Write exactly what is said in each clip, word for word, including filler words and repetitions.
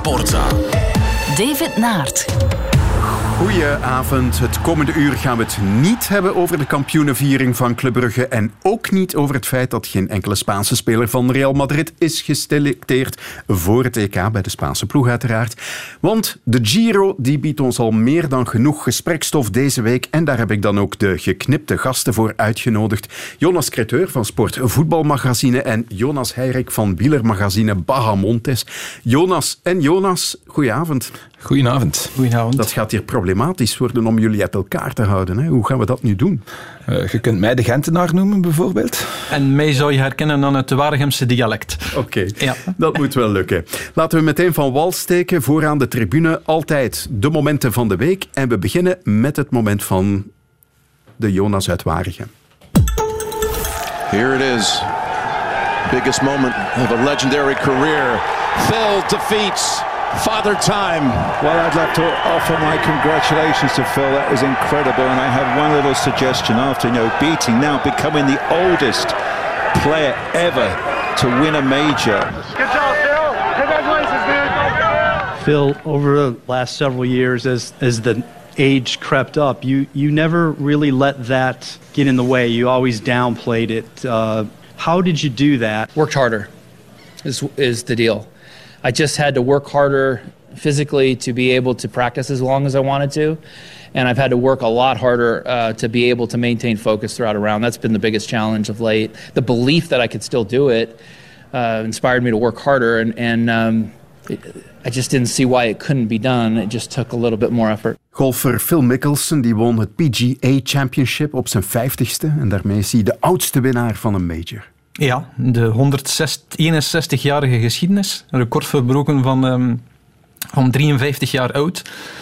Sportza. David Naert. Goedenavond. Het komende uur gaan we het niet hebben over de kampioenenviering van Club Brugge en ook niet over het feit dat geen enkele Spaanse speler van Real Madrid is geselecteerd voor het E K, bij de Spaanse ploeg uiteraard. Want de Giro die biedt ons al meer dan genoeg gesprekstof deze week en daar heb ik dan ook de geknipte gasten voor uitgenodigd. Jonas Creteur van Sport Voetbalmagazine en Jonas Heirik van wielermagazine Bahamontes. Jonas en Jonas, goedenavond. Goedenavond. Goedenavond. Dat gaat hier problematisch worden om jullie uit elkaar te houden. Hè? Hoe gaan we dat nu doen? Uh, je kunt mij de Gentenaar noemen, bijvoorbeeld. En mij zou je herkennen aan het Waregemse dialect. Oké, okay. Ja. Dat moet wel lukken. Laten we meteen van wal steken. Vooraan de tribune altijd de momenten van de week. En we beginnen met het moment van de Jonas uit Waregem. Here it is. Biggest moment of a legendary career. Phil defeats Father Time. Well, I'd like to offer my congratulations to Phil. That was incredible. And I have one little suggestion after, you know, beating now, becoming the oldest player ever to win a major. Good job, Phil. Congratulations, man. Phil, over the last several years, as as the age crept up, you you never really let that get in the way. You always downplayed it. Uh, how did you do that? Worked harder is is the deal. I just had to work harder physically to be able to practice as long as I wanted to. And I've had to work a lot harder uh, to be able to maintain focus throughout a round. That's been the biggest challenge of late. The belief that I could still do it uh, inspired me to work harder. And, and um, it, I just didn't see why it couldn't be done. It just took a little bit more effort. Golfer Phil Mickelson die won het P G A Championship op zijn vijftigste. En daarmee is hij de oudste winnaar van een major. Ja, de honderdeenenzestigjarige geschiedenis. Een record verbroken van, um, van drieënvijftig jaar oud.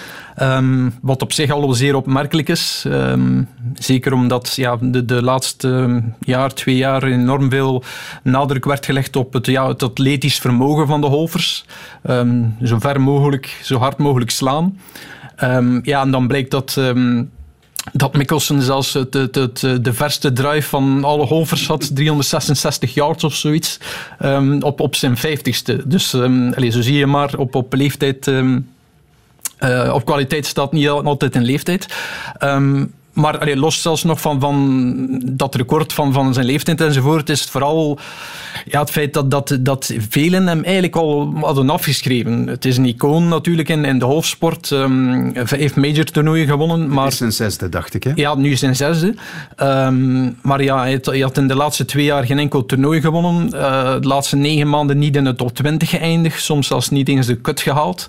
Um, wat op zich al zeer opmerkelijk is. Um, zeker omdat ja, de, de laatste jaar, twee jaar enorm veel nadruk werd gelegd op het, ja, het atletisch vermogen van de golfers. Um, zo ver mogelijk, zo hard mogelijk slaan. Um, ja, en dan blijkt dat... Um, Dat Mickelson zelfs het, het, het, de verste drive van alle golfers had, driehonderdzesenzestig yards of zoiets, um, op, op zijn vijftigste. Dus um, allez, zo zie je maar, op, op leeftijd, um, uh, op kwaliteit staat niet altijd in leeftijd. Um, Maar allee, los zelfs nog van, van dat record van, van zijn leeftijd enzovoort, is het vooral ja, het feit dat, dat, dat velen hem eigenlijk al hadden afgeschreven. Het is een icoon natuurlijk in, in de golfsport. Um, hij heeft major toernooien gewonnen. Maar, het is zijn zesde, dacht ik. Hè? Ja, nu zijn zesde. Um, maar ja, hij had, hij had in de laatste twee jaar geen enkel toernooi gewonnen. Uh, de laatste negen maanden niet in de top twintig geëindigd. Soms zelfs niet eens de cut gehaald.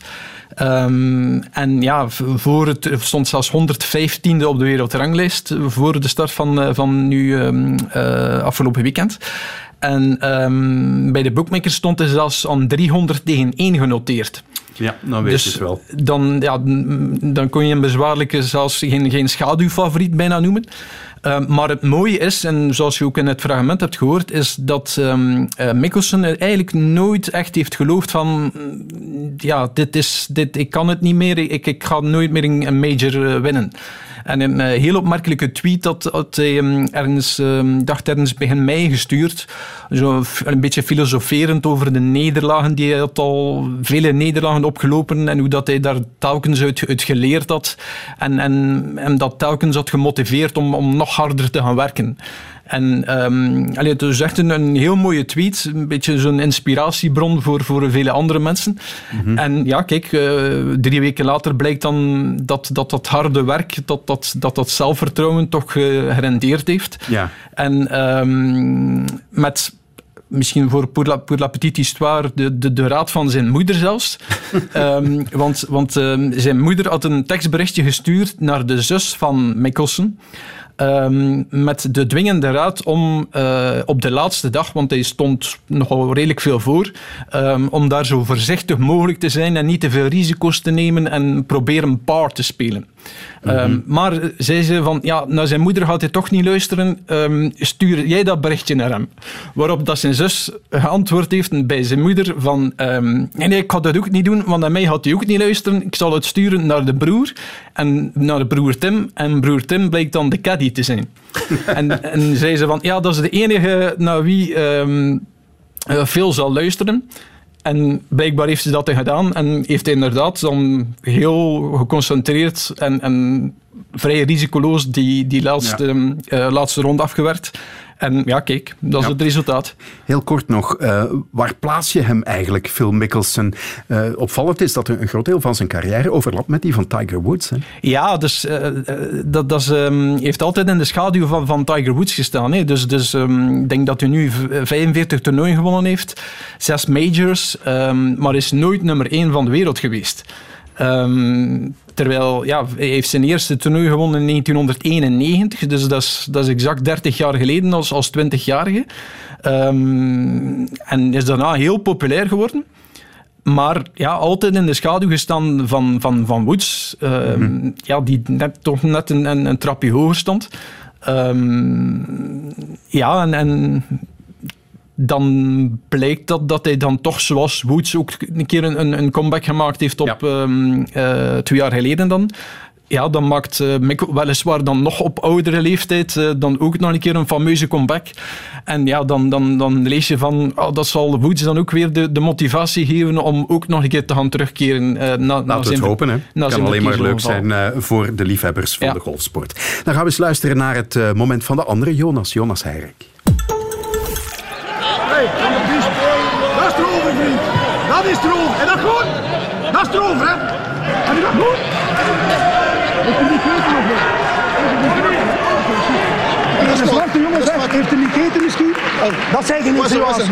Um, en ja, voor het stond zelfs honderdvijftiende op de wereldranglijst voor de start van, van nu um, uh, afgelopen weekend. En um, bij de bookmakers stond hij zelfs aan driehonderd tegen één genoteerd. Ja, dan weet dus je het wel. Dan, ja, dan kon je een bezwaarlijke zelfs geen, geen schaduwfavoriet bijna noemen. Uh, maar het mooie is, en zoals je ook in het fragment hebt gehoord, is dat um, uh, Mickelson er eigenlijk nooit echt heeft geloofd van ja, dit is, dit, ik kan het niet meer, ik, ik ga nooit meer een major uh, winnen. En een uh, heel opmerkelijke tweet had, had hij um, ergens, um, dacht ergens begin mei gestuurd. Zo een beetje filosoferend over de nederlagen. Die hij had al vele nederlagen opgelopen en hoe dat hij daar telkens uit, uit geleerd had. En, en, en dat telkens had gemotiveerd om, om nog harder te gaan werken. En um, allee, het is echt een, een heel mooie tweet. Een beetje zo'n inspiratiebron voor, voor vele andere mensen. Mm-hmm. En ja, kijk, uh, drie weken later blijkt dan dat dat, dat harde werk, dat dat, dat, dat zelfvertrouwen toch uh, gerendeerd heeft. Ja. En um, met... Misschien voor pour la, pour la petite histoire, de, de, de raad van zijn moeder zelfs. um, want want um, zijn moeder had een tekstberichtje gestuurd naar de zus van Mickelson. Um, met de dwingende raad om uh, op de laatste dag, want hij stond nogal redelijk veel voor, um, om daar zo voorzichtig mogelijk te zijn en niet te veel risico's te nemen en proberen een par te spelen. Mm-hmm. Um, maar zei ze van, ja, naar zijn moeder gaat hij toch niet luisteren, um, stuur jij dat berichtje naar hem. Waarop dat zijn zus geantwoord heeft bij zijn moeder van, um, nee, nee, ik ga dat ook niet doen, want naar mij gaat hij ook niet luisteren. Ik zal het sturen naar de broer en naar de broer Tim. En broer Tim blijkt dan de caddy te zijn. en, en zei ze van, ja, dat is de enige naar wie um, uh, Phil zal luisteren. En blijkbaar heeft ze dat gedaan en heeft hij inderdaad dan heel geconcentreerd en, en vrij risicoloos die, die laatste, ja. uh, laatste ronde afgewerkt. En ja, kijk, dat is ja. het resultaat. Heel kort nog, uh, waar plaats je hem eigenlijk, Phil Mickelson? Uh, opvallend is dat een groot deel van zijn carrière overlapt met die van Tiger Woods. Hè? Ja, dus uh, dat, dat is, um, heeft altijd in de schaduw van, van Tiger Woods gestaan. Hè. Dus, dus um, ik denk dat hij nu vijfenveertig toernooien gewonnen heeft, zes majors, um, maar is nooit nummer één van de wereld geweest. Um, terwijl, ja, hij heeft zijn eerste toernooi gewonnen in negentienhonderdeenennegentig, dus dat is, dat is exact dertig jaar geleden als, als twintigjarige. Um, en is daarna heel populair geworden. Maar ja, altijd in de schaduw gestaan van, van, van Woods, um, mm-hmm. ja, die net, toch net een, een, een trapje hoger stond. Um, ja, en... en dan blijkt dat, dat hij dan toch, zoals Woods ook een keer een, een comeback gemaakt heeft op ja. um, uh, twee jaar geleden dan. Ja, dan maakt uh, Mikkel weliswaar dan nog op oudere leeftijd uh, dan ook nog een keer een fameuze comeback. En ja, dan, dan, dan lees je van, oh, dat zal Woods dan ook weer de, de motivatie geven om ook nog een keer te gaan terugkeren. Uh, na, Laten na we zijn, het hopen, hè. Het kan alleen maar leuk zijn uh, voor de liefhebbers van ja. de golfsport. Dan gaan we eens luisteren naar het uh, moment van de andere Jonas, Jonas Heirijk. Hey, dat is erover, vriend. Dat is erover. En dat goed? Dat is erover, hè? Heb je dat goed? Heeft hij niet gegeten nog wel? Dat is een zwarte jongen, zeg. Heeft hij niet gegeten misschien? Dat zijn geen insinuaties.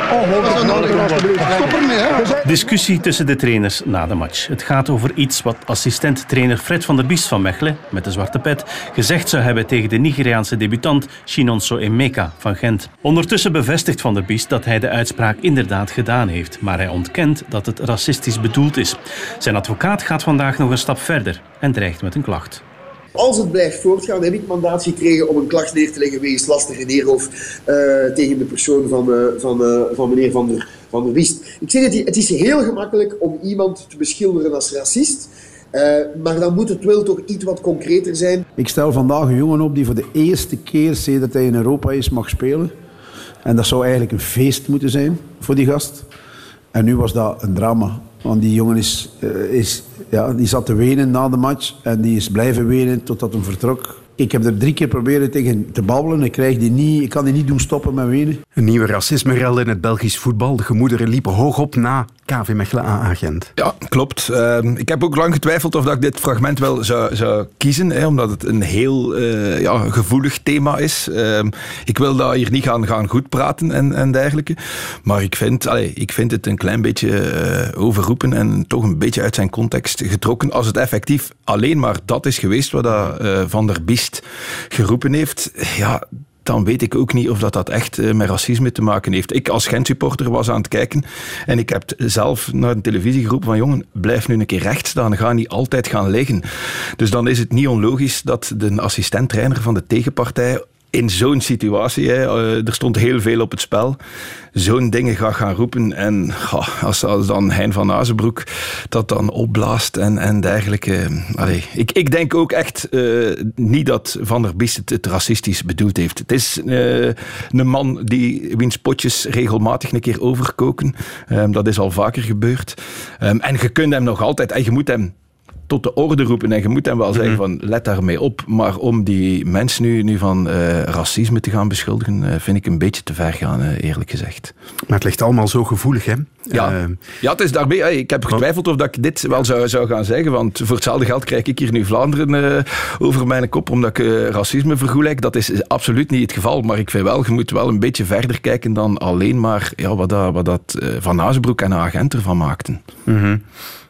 Stop ermee, hè? Discussie tussen de trainers na de match. Het gaat over iets wat assistent-trainer Fred van der Biest van Mechelen, met de zwarte pet, gezegd zou hebben tegen de Nigeriaanse debutant Chinonso Emeka van Gent. Ondertussen bevestigt Van der Biest dat hij de uitspraak inderdaad gedaan heeft, maar hij ontkent dat het racistisch bedoeld is. Zijn advocaat gaat vandaag nog een stap verder en dreigt met een klacht. Als het blijft voortgaan, heb ik mandaat gekregen om een klacht neer te leggen wegens lastige neerhoofd uh, tegen de persoon van, uh, van, uh, van meneer Van der, van der Biest. Ik zeg het, het is heel gemakkelijk om iemand te beschilderen als racist, uh, maar dan moet het wel toch iets wat concreter zijn. Ik stel vandaag een jongen op die voor de eerste keer sedert hij in Europa is mag spelen. En dat zou eigenlijk een feest moeten zijn voor die gast. En nu was dat een drama. Want die jongen is, uh, is, ja, die zat te wenen na de match en die is blijven wenen totdat hij vertrok. Ik heb er drie keer proberen tegen te babbelen. Ik, krijg die niet, ik kan die niet doen stoppen met wenen. Een nieuwe racisme-rel in het Belgisch voetbal. De gemoederen liepen hoog op na K V Mechelen A A Gent. Ja, klopt. Uh, ik heb ook lang getwijfeld of dat ik dit fragment wel zou, zou kiezen, hè, omdat het een heel uh, ja, gevoelig thema is. Uh, ik wil daar hier niet gaan, gaan goed praten en, en dergelijke. Maar ik vind, allez, ik vind het een klein beetje uh, overroepen en toch een beetje uit zijn context getrokken. Als het effectief alleen maar dat is geweest wat dat, uh, Van der Biest geroepen heeft, ja, dan weet ik ook niet of dat, dat echt uh, met racisme te maken heeft. Ik als Gent-supporter was aan het kijken en ik heb zelf naar de televisie geroepen van jongen, blijf nu een keer recht staan, ga niet altijd gaan liggen. Dus dan is het niet onlogisch dat de assistent-trainer van de tegenpartij in zo'n situatie, hè, er stond heel veel op het spel, zo'n dingen gaat gaan roepen en als, als dan Hein van Azenbroek dat dan opblaast en, en dergelijke. Allee, ik, ik denk ook echt uh, niet dat Van der Biest het, het racistisch bedoeld heeft. Het is uh, een man die wiens potjes regelmatig een keer overkoken. Um, dat is al vaker gebeurd. Um, en je kunt hem nog altijd, en je moet hem tot de orde roepen en je moet hem wel zeggen van let daarmee op, maar om die mensen nu, nu van uh, racisme te gaan beschuldigen, uh, vind ik een beetje te ver gaan, uh, eerlijk gezegd. Maar het ligt allemaal zo gevoelig, hè? Ja, uh, ja het is daarbij, hey, ik heb getwijfeld of dat ik dit wel zou, zou gaan zeggen, want voor hetzelfde geld krijg ik hier nu Vlaanderen uh, over mijn kop, omdat ik uh, racisme vergoelijk. Dat is absoluut niet het geval, maar ik vind wel, je moet wel een beetje verder kijken dan alleen maar ja, wat dat, wat dat uh, Van Azenbroek en Agent ervan maakten. Mm-hmm.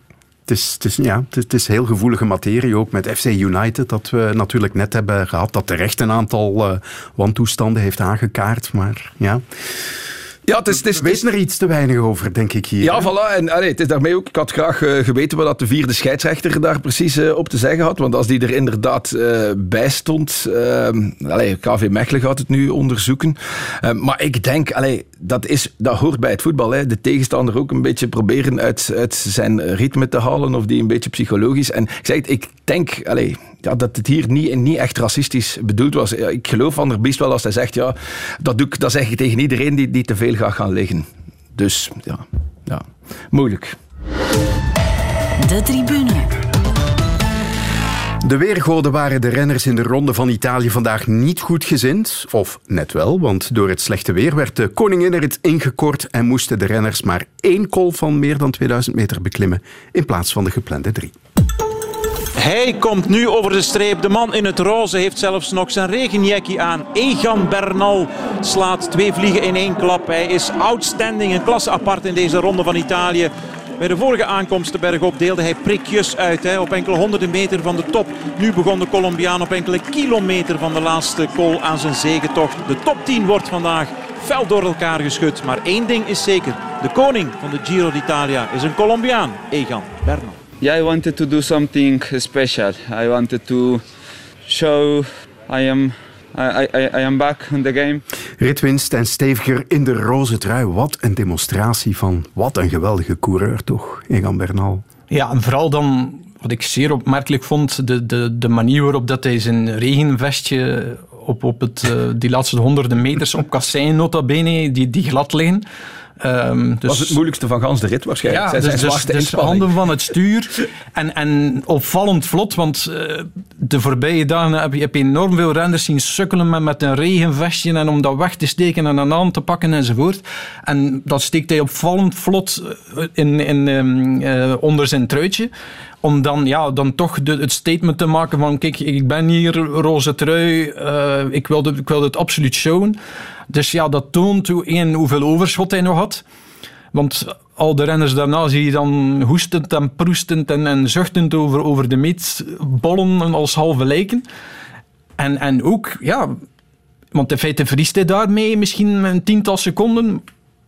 Het is, het, is, ja, het, is, het is heel gevoelige materie, ook met F C United, dat we natuurlijk net hebben gehad, dat terecht een aantal uh, wantoestanden heeft aangekaart, maar ja... Ja, het is, het is, we weten er iets te weinig over, denk ik hier. Ja, voilà. En allee, het is daarmee ook... Ik had graag uh, geweten wat de vierde scheidsrechter daar precies uh, op te zeggen had. Want als die er inderdaad uh, bij stond... Uh, allee, K V Mechelen gaat het nu onderzoeken. Uh, maar ik denk, allee, dat, is, dat hoort bij het voetbal. Hè. De tegenstander ook een beetje proberen uit, uit zijn ritme te halen. Of die een beetje psychologisch. En ik zei het, ik denk... Allee, ja, dat het hier niet, niet echt racistisch bedoeld was. Ik geloof Van der Biest wel als hij zegt, ja, dat, doe ik, dat zeg ik tegen iedereen die, die te veel gaat gaan liggen. Dus, ja, ja, moeilijk. De tribune. De weergoden waren de renners in de Ronde van Italië vandaag niet goed gezind. Of net wel, want door het slechte weer werd de koninginrit ingekort en moesten de renners maar één kolf van meer dan tweeduizend meter beklimmen in plaats van de geplande drie. Hij komt nu over de streep. De man in het roze heeft zelfs nog zijn regenjackie aan. Egan Bernal slaat twee vliegen in één klap. Hij is outstanding, een klasse apart in deze Ronde van Italië. Bij de vorige aankomsten bergop deelde hij prikjes uit. Hè, op enkele honderden meter van de top. Nu begon de Colombiaan op enkele kilometer van de laatste col aan zijn zegetocht. De top tien wordt vandaag fel door elkaar geschud. Maar één ding is zeker. De koning van de Giro d'Italia is een Colombiaan. Egan Bernal. Yeah, I wanted to do something special. I wanted to show I am, I, I, I am back in the game. Ritwinst en steviger in de roze trui. Wat een demonstratie van wat een geweldige coureur toch, Egan Bernal. Ja, en vooral dan, wat ik zeer opmerkelijk vond, de, de, de manier waarop dat hij zijn regenvestje op, op het, uh, die laatste honderden meters op kasseien nota bene, die, die glad liggen. Um, dus, was het moeilijkste van gans de rit waarschijnlijk. Ja, dus, dus, dus handen van het stuur en, en opvallend vlot, want uh, de voorbije dagen heb je, heb je enorm veel renners zien sukkelen met, met een regenvestje en om dat weg te steken en een aan te pakken enzovoort. En dat steekt hij opvallend vlot in, in, um, uh, onder zijn truitje. Om dan, ja, dan toch de, het statement te maken van kijk, ik ben hier, roze trui, uh, ik, wil dit, ik wil dit absoluut showen. Dus ja, dat toont hoe, één, hoeveel overschot hij nog had. Want al de renners daarna zie je dan hoestend en proestend en, en zuchtend over, over de meet bollen als halve lijken. En, en ook, ja, want in feite verliest hij daarmee misschien een tiental seconden.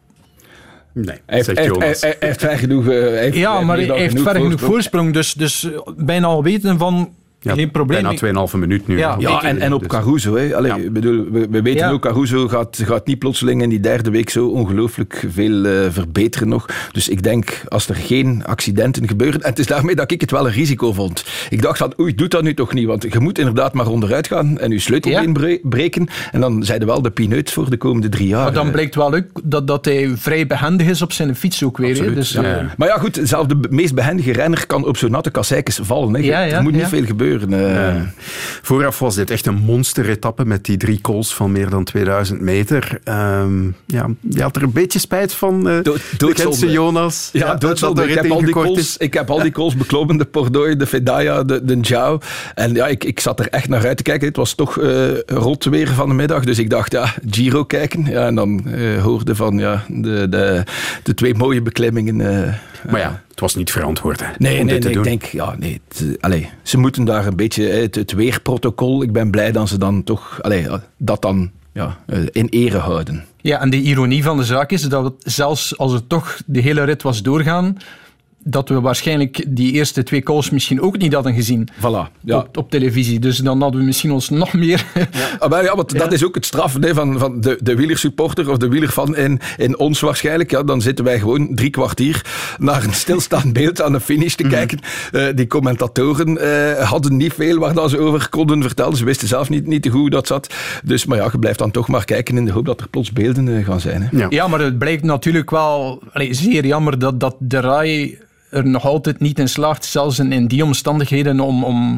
Nee, hij heeft, hij, hij, hij heeft ver genoeg... Uh, hij heeft, ja, maar hij heeft ver genoeg voorsprong. Dus, dus bijna al weten van... Ja, geen probleem. Bijna tweeënhalve minuut nu. Ja, ja en, en op Caruso. Hè. Allee, ja. bedoel, we, we weten ja. ook, Caruso gaat, gaat niet plotseling in die derde week zo ongelooflijk veel uh, verbeteren nog. Dus ik denk, als er geen accidenten gebeuren... En het is daarmee dat ik het wel een risico vond. Ik dacht van, oei, doe dat nu toch niet. Want je moet inderdaad maar onderuit gaan en je sleutelbeen ja. breken. En dan zijn er wel de pineut voor de komende drie jaar. Maar dan blijkt wel ook dat, dat hij vrij behendig is op zijn fiets ook weer. Hè. Dus, ja. uh... Maar ja, goed, zelfs de meest behendige renner kan op zo'n natte kasseikens vallen. Hè. Ja, ja, er moet ja. niet veel gebeuren. Uh, ja. Vooraf was dit echt een monsteretappe met die drie cols van meer dan tweeduizend meter. Um, ja, je had er een beetje spijt van, uh, Do- de Gentse Jonas. Ja, ja doodzonde. Ik heb al die cols, ik heb al die cols beklommen, de Pordoi, de Fedaya, de, de Njau. En ja, ik, ik zat er echt naar uit te kijken. Het was toch uh, rot weer van de middag, dus ik dacht, ja, Giro kijken. Ja, en dan uh, hoorde van ja, de, de, de twee mooie beklimmingen. Uh, maar ja, het was niet verantwoord. Hè, nee, om nee, dit te nee doen. ik denk, ja, nee. Het, allez, ze moeten daar een beetje het, het weerprotocol. Ik ben blij dat ze dan toch allez, dat dan ja, in ere houden. Ja, en de ironie van de zaak is dat het, zelfs als het toch de hele rit was doorgaan, dat we waarschijnlijk die eerste twee calls misschien ook niet hadden gezien voilà, ja. op, op televisie. Dus dan hadden we misschien ons nog meer... Ja, maar ja, want ja. dat is ook het straf nee, van, van de, de wielersupporter of de wielerfan in, in ons waarschijnlijk. Ja, dan zitten wij gewoon drie kwartier naar een stilstaand beeld aan de finish te kijken. Mm. Uh, die commentatoren uh, hadden niet veel waar dat ze over konden vertellen. Ze wisten zelf niet, niet te goed hoe dat zat. Dus, maar ja, je blijft dan toch maar kijken in de hoop dat er plots beelden uh, gaan zijn. Hè. Ja. ja, maar het blijkt natuurlijk wel allee, zeer jammer dat, dat de Rai er nog altijd niet in slaagt, zelfs in, in die omstandigheden, om, om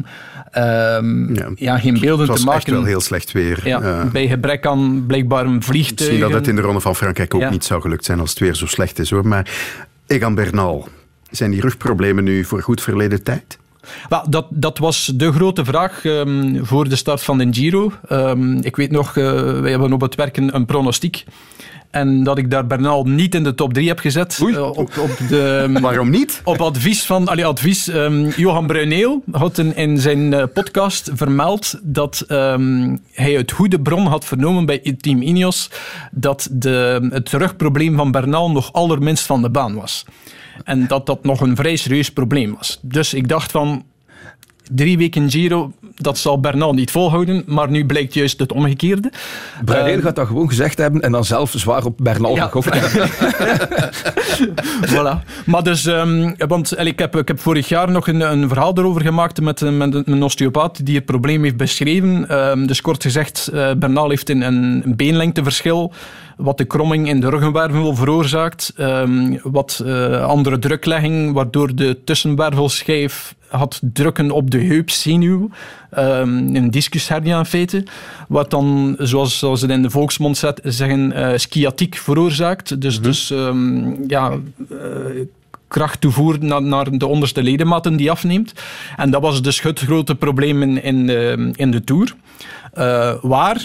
um, ja. Ja, geen beelden te maken. Het was echt wel heel slecht weer. Ja, uh, bij gebrek aan blijkbaar een vliegtuig. Misschien dat het in de Ronde van Frankrijk ook ja. niet zou gelukt zijn als het weer zo slecht is, hoor. Maar Egan Bernal, zijn die rugproblemen nu voor goed verleden tijd? Well, dat, dat was de grote vraag um, voor de start van de Giro. Um, ik weet nog, uh, wij hebben op het werk een, een pronostiek. En dat ik daar Bernal niet in de top drie heb gezet. Uh, op, op de, um, Waarom niet? Op advies van... Allee, advies, um, Johan Bruyneel had in, in zijn uh, podcast vermeld dat um, hij uit goede bron had vernomen bij Team Ineos dat de, het rugprobleem van Bernal nog allerminst van de baan was. En dat dat nog een vrij serieus probleem was. Dus ik dacht van... Drie weken Giro, dat zal Bernal niet volhouden, maar nu blijkt juist het omgekeerde. Bruyneel uh, gaat dat gewoon gezegd hebben en dan zelf zwaar op Bernal ja. gegokt hebben. Voilà. Maar dus, um, want ik heb, ik heb vorig jaar nog een, een verhaal erover gemaakt met, met een osteopaat die het probleem heeft beschreven. Um, dus kort gezegd, uh, Bernal heeft een, een beenlengteverschil wat de kromming in de ruggenwervel veroorzaakt, um, wat uh, andere druklegging, waardoor de tussenwervelschijf had drukken op de heupzenuw, um, een discushernia in feite, wat dan, zoals, zoals ze het in de volksmond zet, zeggen, uh, sciatiek veroorzaakt. Dus, mm-hmm. dus um, ja... Uh, kracht toevoer naar, naar de onderste ledematen die afneemt. En dat was dus het grote probleem in, in, de, in de Tour. Uh, waar,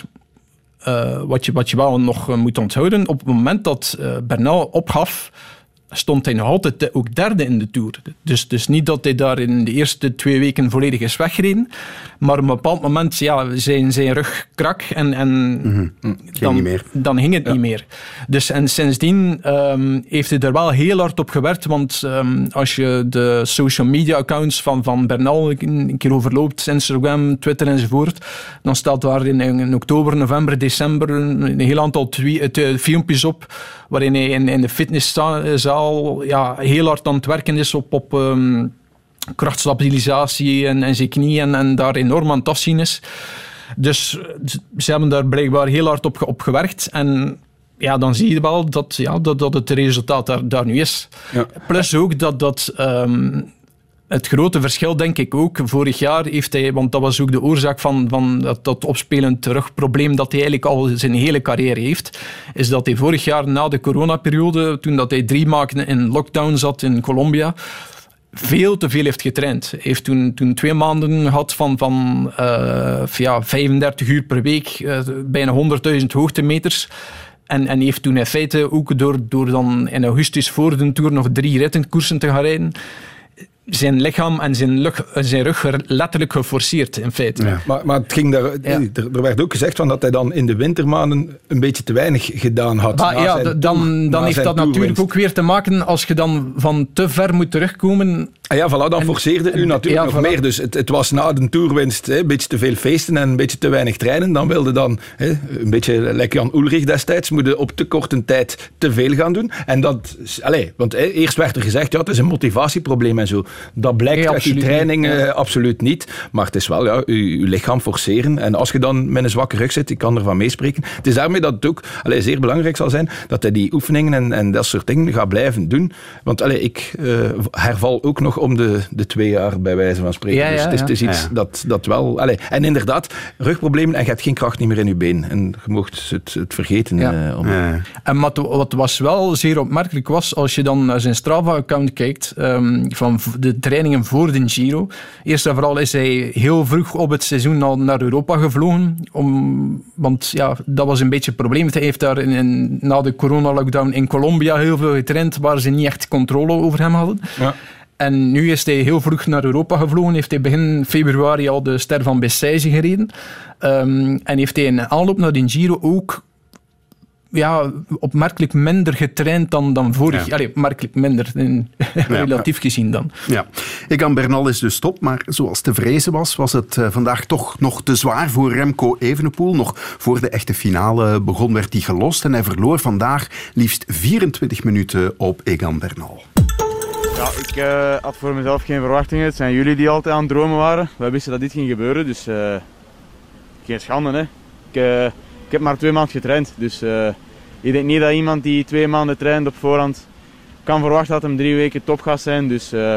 uh, wat, je, wat je wel nog moet onthouden, op het moment dat uh, Bernal opgaf, stond hij nog altijd ook derde in de Tour. Dus, dus niet dat hij daar in de eerste twee weken volledig is weggereden, maar op een bepaald moment ja, zijn, zijn rug krak en, en mm-hmm. ging dan, niet meer. dan ging het ja. niet meer. Dus, en sindsdien um, heeft hij er wel heel hard op gewerkt, want um, als je de social media accounts van, van Bernal een keer overloopt, Instagram, Twitter enzovoort, dan staat daar in, in oktober, november, december een heel aantal twie- uh, filmpjes op waarin hij in, in de fitnesszaal ja, heel hard aan het werken is op, op um, krachtstabilisatie en, en zijn knieën en, en daar enorm aan het afzien is. Dus ze hebben daar blijkbaar heel hard op, op gewerkt en ja, dan zie je wel dat, ja, dat, dat het resultaat daar, daar nu is. Ja. Plus ook dat... dat um, het grote verschil, denk ik ook, vorig jaar heeft hij, want dat was ook de oorzaak van, van dat, dat opspelend rugprobleem dat hij eigenlijk al zijn hele carrière heeft, is dat hij vorig jaar na de coronaperiode, toen dat hij drie maanden in lockdown zat in Colombia, veel te veel heeft getraind. Hij heeft toen, toen twee maanden gehad van, van uh, ja, vijfendertig uur per week, uh, bijna honderdduizend hoogtemeters. En, en heeft toen in feite ook door, door dan in augustus voor de Tour nog drie rittenkoersen te gaan rijden, zijn lichaam en zijn, lug, zijn rug letterlijk geforceerd, in feite. Ja. Maar, maar het ging daar, ja. er, er werd ook gezegd van dat hij dan in de wintermaanden een beetje te weinig gedaan had. Maar, ja, dan dan, dan heeft dat natuurlijk ook weer te maken als je dan van te ver moet terugkomen. Ah ja, voilà, dan en, forceerde u natuurlijk ja, nog voilà. meer. Dus het, het was na de Tourwinst hè, een beetje te veel feesten en een beetje te weinig trainen. Dan wilde dan, hè, een beetje lekker Jan Ulrich destijds, moeten op te korte tijd te veel gaan doen. En dat, allez, want hè, eerst werd er gezegd, ja, het is een motivatieprobleem en zo. Dat blijkt ja, uit die training niet. Uh, absoluut niet. Maar het is wel, ja, je, je lichaam forceren. En als je dan met een zwakke rug zit, ik kan ervan meespreken. Het is daarmee dat het ook allez, zeer belangrijk zal zijn dat hij die oefeningen en, en dat soort dingen gaat blijven doen. Want allez, ik uh, herval ook nog om de, de twee jaar, bij wijze van spreken. Ja, ja, dus het is, het is iets ja. dat, dat wel... Allez, en inderdaad, rugproblemen en je hebt geen kracht niet meer in je been. En je mocht het, het vergeten. Ja. Uh, om... ja. En wat, wat was wel zeer opmerkelijk was, als je dan naar zijn Strava-account kijkt, um, van de trainingen voor de Giro. Eerst en vooral is hij heel vroeg op het seizoen al naar Europa gevlogen. Om, want ja, dat was een beetje het probleem. Hij heeft daar in, in, na de corona-lockdown in Colombia heel veel getraind waar ze niet echt controle over hem hadden. Ja. En nu is hij heel vroeg naar Europa gevlogen. Heeft hij begin februari al de Ster van Bessèges gereden. Um, en heeft hij in aanloop naar de Giro ook ja, opmerkelijk minder getraind dan, dan vorig jaar. Ja. Allee, opmerkelijk minder, in, ja, relatief ja. gezien dan. Ja. Egan Bernal is dus top, maar zoals te vrezen was, was het uh, vandaag toch nog te zwaar voor Remco Evenepoel. Nog voor de echte finale begon werd hij gelost en hij verloor vandaag liefst vierentwintig minuten op Egan Bernal. Ja, ik uh, had voor mezelf geen verwachtingen. Het zijn jullie die altijd aan het dromen waren. Wij wisten dat dit ging gebeuren, dus uh, geen schande. Hè. Ik, uh, ik heb maar twee maanden getraind, dus uh, ik denk niet dat iemand die twee maanden traint op voorhand kan verwachten dat hem drie weken top gaat zijn. Dus uh,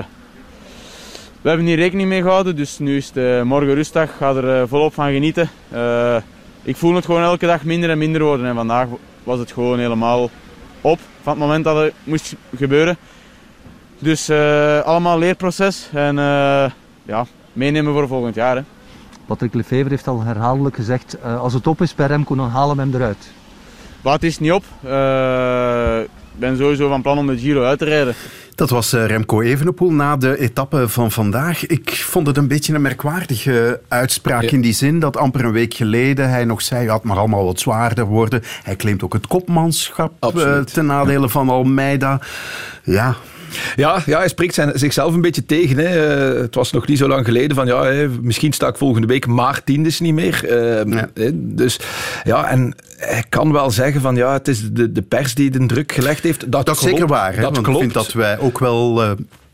we hebben hier rekening mee gehouden, dus nu is het uh, morgen rustdag. Ik ga er uh, volop van genieten. Uh, ik voel het gewoon elke dag minder en minder worden en vandaag was het gewoon helemaal op van het moment dat het moest gebeuren. Dus uh, allemaal leerproces en uh, ja, meenemen voor volgend jaar. Hè. Patrick Lefevre heeft al herhaaldelijk gezegd, uh, als het op is bij Remco, dan halen we hem eruit. Maar het is niet op. Uh, ik ben sowieso van plan om de Giro uit te rijden. Dat was uh, Remco Evenepoel na de etappe van vandaag. Ik vond het een beetje een merkwaardige uitspraak ja. in die zin dat amper een week geleden hij nog zei, ja, het mag allemaal wat zwaarder worden. Hij claimt ook het kopmanschap uh, ten nadele ja. van Almeida. Ja... Ja, ja, hij spreekt zijn, zichzelf een beetje tegen. Hè. Uh, het was nog niet zo lang geleden van ja, hè, misschien sta ik volgende week maar tiendes niet meer. Uh, ja. hè, dus ja, en hij kan wel zeggen van ja, het is de, de pers die de druk gelegd heeft. Dat, dat is zeker waar. Hè, dat want klopt. Ik vind dat wij ook wel uh,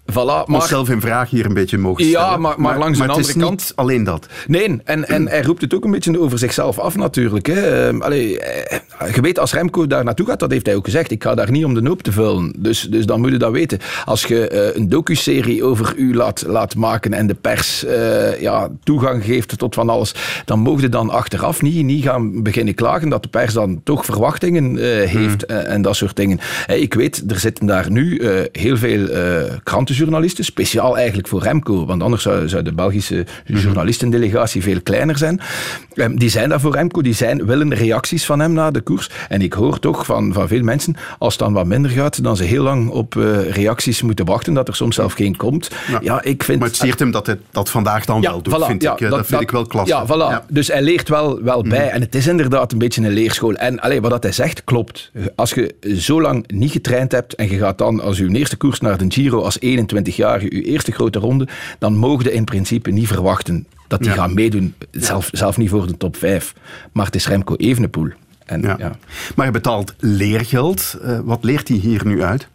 Voilà, maar... onszelf in vraag hier een beetje mogen stellen. Ja, maar, maar, maar langs maar de het andere is kant... niet alleen dat. Nee, en, en hij roept het ook een beetje over zichzelf af natuurlijk. Hè. Uh, allee, je weet, als Remco daar naartoe gaat, dat heeft hij ook gezegd, ik ga daar niet om de hoop te vullen. Dus, dus dan moet je dat weten. Als je uh, een docuserie over u laat, laat maken en de pers uh, ja, toegang geeft tot van alles, dan mogen je dan achteraf niet, niet gaan beginnen klagen dat de pers dan toch verwachtingen uh, heeft mm. uh, en dat soort dingen. Hey, ik weet, er zitten daar nu uh, heel veel uh, krantenjournalisten, speciaal eigenlijk voor Remco, want anders zou, zou de Belgische journalistendelegatie veel kleiner zijn. Um, die zijn daar voor Remco, die zijn, willen reacties van hem na de koers. En ik hoor toch van, van veel mensen, als het dan wat minder gaat, dan ze heel lang op uh, reacties moeten wachten, dat er soms zelf geen komt. Ja, ja ik vind... Maar het zeert hem dat hij dat vandaag dan ja, wel doet, voilà, vind ja, ik. Dat, dat vind dat, ik wel klasse. Ja, voilà. Ja. Dus hij leert wel, wel bij. Mm. En het is inderdaad een beetje een leerschool. En allee, wat dat hij zegt, klopt. Als je zo lang niet getraind hebt en je gaat dan als je eerste koers naar de Giro als eenentwintigjarige, je eerste grote ronde, dan mogen je in principe niet verwachten dat die ja. gaan meedoen. Zelf, zelf niet voor de top vijf. Maar het is Remco Evenepoel. En, ja. Ja. Maar hij betaalt leergeld. Uh, wat leert hij hier nu uit?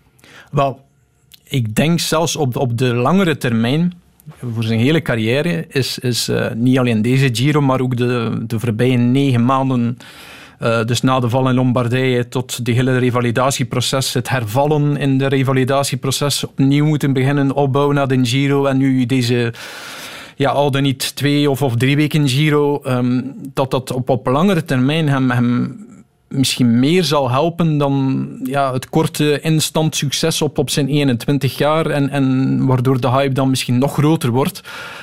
Wel, ik denk zelfs op de, op de langere termijn, voor zijn hele carrière, is, is uh, niet alleen deze Giro, maar ook de, de voorbije negen maanden, uh, dus na de val in Lombardije tot de hele revalidatieproces, het hervallen in de revalidatieproces, opnieuw moeten beginnen, opbouwen naar de Giro en nu deze... Ja, al dan niet twee of, of drie weken Giro, um, dat dat op, op langere termijn hem, hem misschien meer zal helpen dan ja, het korte instant succes op, op zijn eenentwintig jaar en, en waardoor de hype dan misschien nog groter wordt.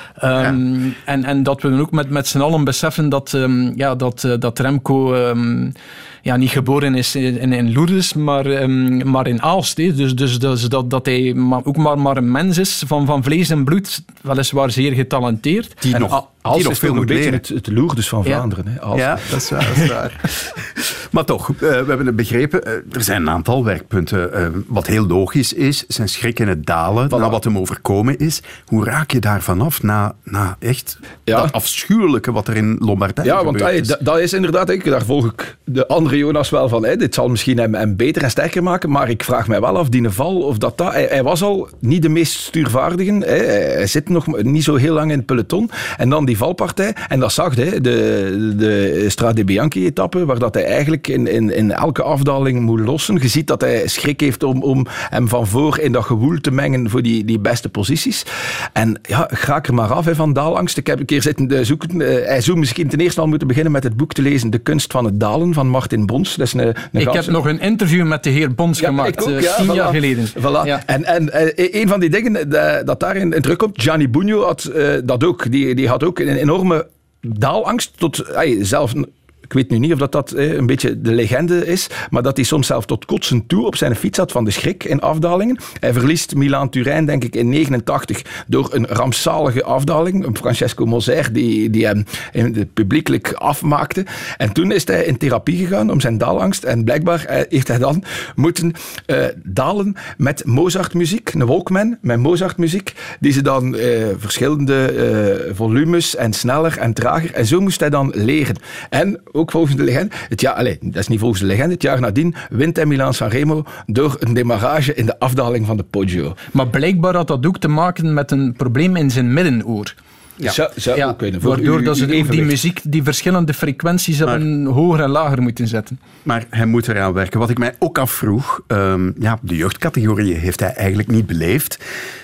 Um, ja. en, en dat we dan ook met, met z'n allen beseffen dat, um, ja, dat, uh, dat Remco um, ja, niet geboren is in, in Lourdes, maar, um, maar in Aalst. He. Dus, dus, dus dat, dat hij maar, ook maar, maar een mens is van, van vlees en bloed, weliswaar zeer getalenteerd. Die en nog, Aalst die nog is veel nog moet een beetje leren. het, het Lourdes van Vlaanderen. Ja, hè, Aalst. ja dat is waar. Dat is waar. Maar toch, uh, we hebben het begrepen, uh, er zijn een aantal werkpunten. Uh, wat heel logisch is, zijn schrik in het dalen, voilà. Na wat hem overkomen is. Hoe raak je daar vanaf na, na echt ja. dat afschuwelijke wat er in Lombardije ja, gebeurd want, is? Dat, dat is inderdaad, ik, daar volg ik de andere Jonas wel van. Hey, dit zal misschien hem, hem beter en sterker maken, maar ik vraag mij wel af, die val, of dat dat... Hij, hij was al niet de meest stuurvaardige. Hè. Hij zit nog niet zo heel lang in het peloton. En dan die valpartij. En dat zag hij, de, de Strade Bianchi-etappe, waar dat hij eigenlijk in, in, in elke afdaling moet lossen. Je ziet dat hij schrik heeft om, om hem van voor in dat gewoel te mengen voor die, die beste posities. En ja, raak er maar af hè, van daalangst. Ik heb een keer zitten zoeken. Uh, hij zou misschien ten eerste al moeten beginnen met het boek te lezen De Kunst van het Dalen van Martin Bons. Dat is een, een ik gast. heb nog een interview met de heer Bons ja, gemaakt, ook, uh, ja, tien voilà. jaar geleden. Voilà. Ja. En, en uh, een van die dingen uh, dat daarin in terugkomt, Gianni Bugno had uh, dat ook. Die, die had ook een enorme daalangst tot uh, zelf... Ik weet nu niet of dat, dat eh, een beetje de legende is, maar dat hij soms zelf tot kotsen toe op zijn fiets had van de schrik in afdalingen. Hij verliest Milaan-Turijn, denk ik, in negenentachtig door een rampzalige afdaling. Francesco Moser, die, die hem publiekelijk afmaakte. En toen is hij in therapie gegaan om zijn daalangst. En blijkbaar eh, heeft hij dan moeten uh, dalen met Mozart-muziek, een Walkman met Mozart-muziek, die ze dan uh, verschillende uh, volumes en sneller en trager. En zo moest hij dan leren. En ook volgens de legende, het jaar, allez, dat is niet volgens de legende, het jaar nadien wint hij Milaan-San Remo door een demarrage in de afdaling van de Poggio. Maar blijkbaar had dat ook te maken met een probleem in zijn middenoor. Ja, zou, zou ja, ook kunnen. Waardoor u, dat ze u die muziek, die verschillende frequenties maar, hebben hoger en lager moeten zetten. Maar hij moet eraan werken. Wat ik mij ook afvroeg, um, ja, de jeugdcategorieën heeft hij eigenlijk niet beleefd.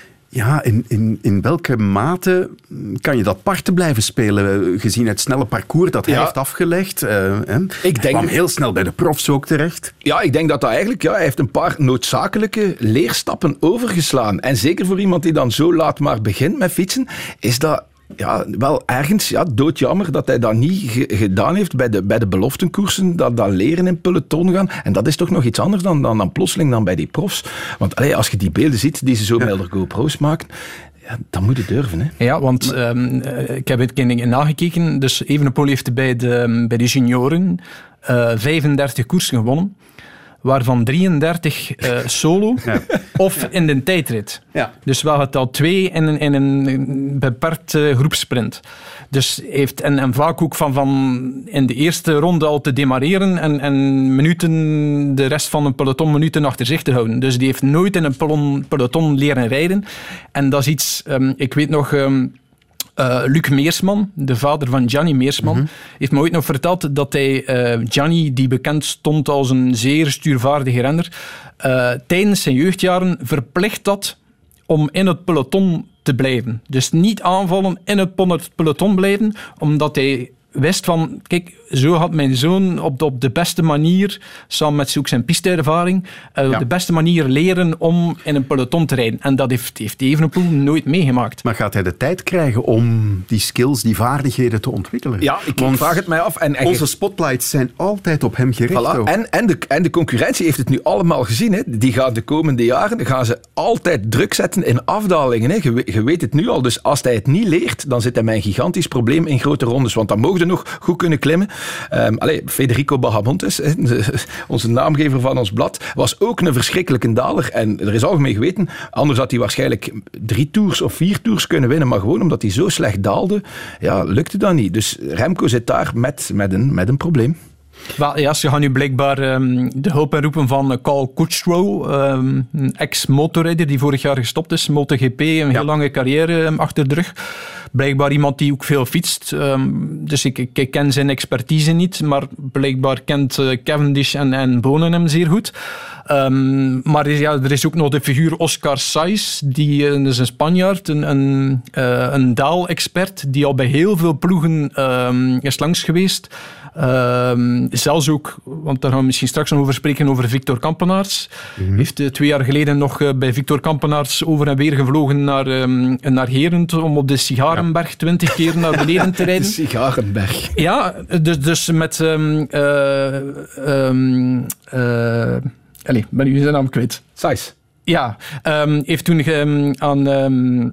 Ja, in, in, in welke mate kan je dat parten blijven spelen, gezien het snelle parcours dat hij ja. heeft afgelegd? Uh, hè? Ik denk, kwam heel snel bij de profs ook terecht. Ja, ik denk dat dat eigenlijk... Ja, hij heeft een paar noodzakelijke leerstappen overgeslaan. En zeker voor iemand die dan zo laat maar begint met fietsen, is dat... Ja, wel ergens ja, doodjammer dat hij dat niet ge- gedaan heeft bij de, bij de beloftenkoersen, dat, dat leren in peloton gaan. En dat is toch nog iets anders dan, dan, dan plotseling dan bij die profs. Want allee, als je die beelden ziet die ze zo ja. met de GoPro's maken, ja, dan moet je durven. Hè. Ja, want um, ik heb het nagekeken. Dus Evenepoel heeft bij de, bij de junioren uh, vijfendertig koersen gewonnen. waarvan drieëndertig uh, solo ja. of in de tijdrit. Ja. Dus wel het al twee in een, in een beperkt uh, groepsprint. Dus heeft, en, en vaak ook van, van in de eerste ronde al te demareren en, en minuten, de rest van een peloton minuten achter zich te houden. Dus die heeft nooit in een peloton, peloton leren rijden. En dat is iets, um, ik weet nog... Um, Uh, Luc Meersman, de vader van Gianni Meersman, mm-hmm. heeft me ooit nog verteld dat hij uh, Gianni, die bekend stond als een zeer stuurvaardige renner, uh, tijdens zijn jeugdjaren verplicht had om in het peloton te blijven. Dus niet aanvallen, in het peloton blijven, omdat hij wist van, kijk, zo had mijn zoon op de, op de beste manier, samen met ook zijn pisteervaring, uh, ja. op de beste manier leren om in een peloton te rijden. En dat heeft, heeft Evenepoel nooit meegemaakt. Maar gaat hij de tijd krijgen om die skills, die vaardigheden te ontwikkelen? Ja, ik Want vraag het mij af. En, en onze spotlights zijn altijd op hem gericht. Voilà. En, en, de, en de concurrentie heeft het nu allemaal gezien. Hè. Die gaan de komende jaren gaan ze altijd druk zetten in afdalingen. Hè. Je, je weet het nu al. Dus als hij het niet leert, dan zit hij met een gigantisch probleem in grote rondes. Want dan mogen ze nog goed kunnen klimmen. Um, allez, Federico Bahamontes, onze naamgever van ons blad, was ook een verschrikkelijke daler. En er is algemeen geweten, anders had hij waarschijnlijk drie tours of vier tours kunnen winnen, maar gewoon omdat hij zo slecht daalde, ja, lukte dat niet. Dus Remco zit daar met, met, een, met een probleem. Wel, ja, ze gaan nu blijkbaar um, de hulp inroepen van Carl Kutstrow, um, een ex-motorrijder die vorig jaar gestopt is, MotoGP, een heel ja. lange carrière um, achter de rug. Blijkbaar iemand die ook veel fietst. Um, dus ik, ik, ik ken zijn expertise niet, maar blijkbaar kent uh, Cavendish en, en Bonen hem zeer goed. Um, maar ja, er is ook nog de figuur Oscar Saiz, die uh, is een Spanjaard, een, een, uh, een daal-expert, die al bij heel veel ploegen um, is langs geweest. Um, zelfs ook, want daar gaan we misschien straks nog over spreken, over Victor Kampenaerts. Mm-hmm. Heeft uh, twee jaar geleden nog uh, bij Victor Kampenaerts over en weer gevlogen naar, um, naar Herent om op de Sigarenberg twintig keer naar beneden te rijden. De Sigarenberg. Ja, dus, dus met... Um, uh, um, uh, allez, ben u zijn naam kwijt. Saiz. Ja, um, heeft toen um, aan... Um,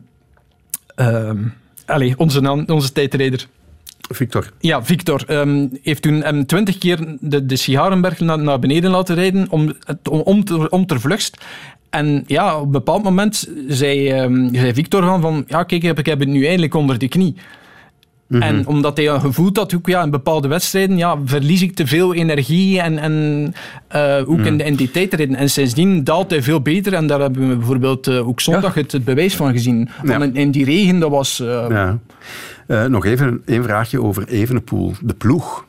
um, allez, onze, onze tijdrijder... Victor. Ja, Victor um, heeft toen um, twintig keer de, de Sigarenberg naar, naar beneden laten rijden om, om, om, te, om ter vlucht. En ja, op een bepaald moment zei, um, zei Victor van, van ja, kijk, ik heb het nu eindelijk onder de knie. Mm-hmm. En omdat hij gevoeld had, ook ja, in bepaalde wedstrijden, ja, verlies ik te veel energie en, en uh, ook mm. in, in die tijdrijden. En sindsdien daalt hij veel beter en daar hebben we bijvoorbeeld uh, ook zondag ja. het, het bewijs van gezien. Ja. In, in die regen, dat was... Uh, ja. uh, nog even een vraagje over Evenepoel. De ploeg.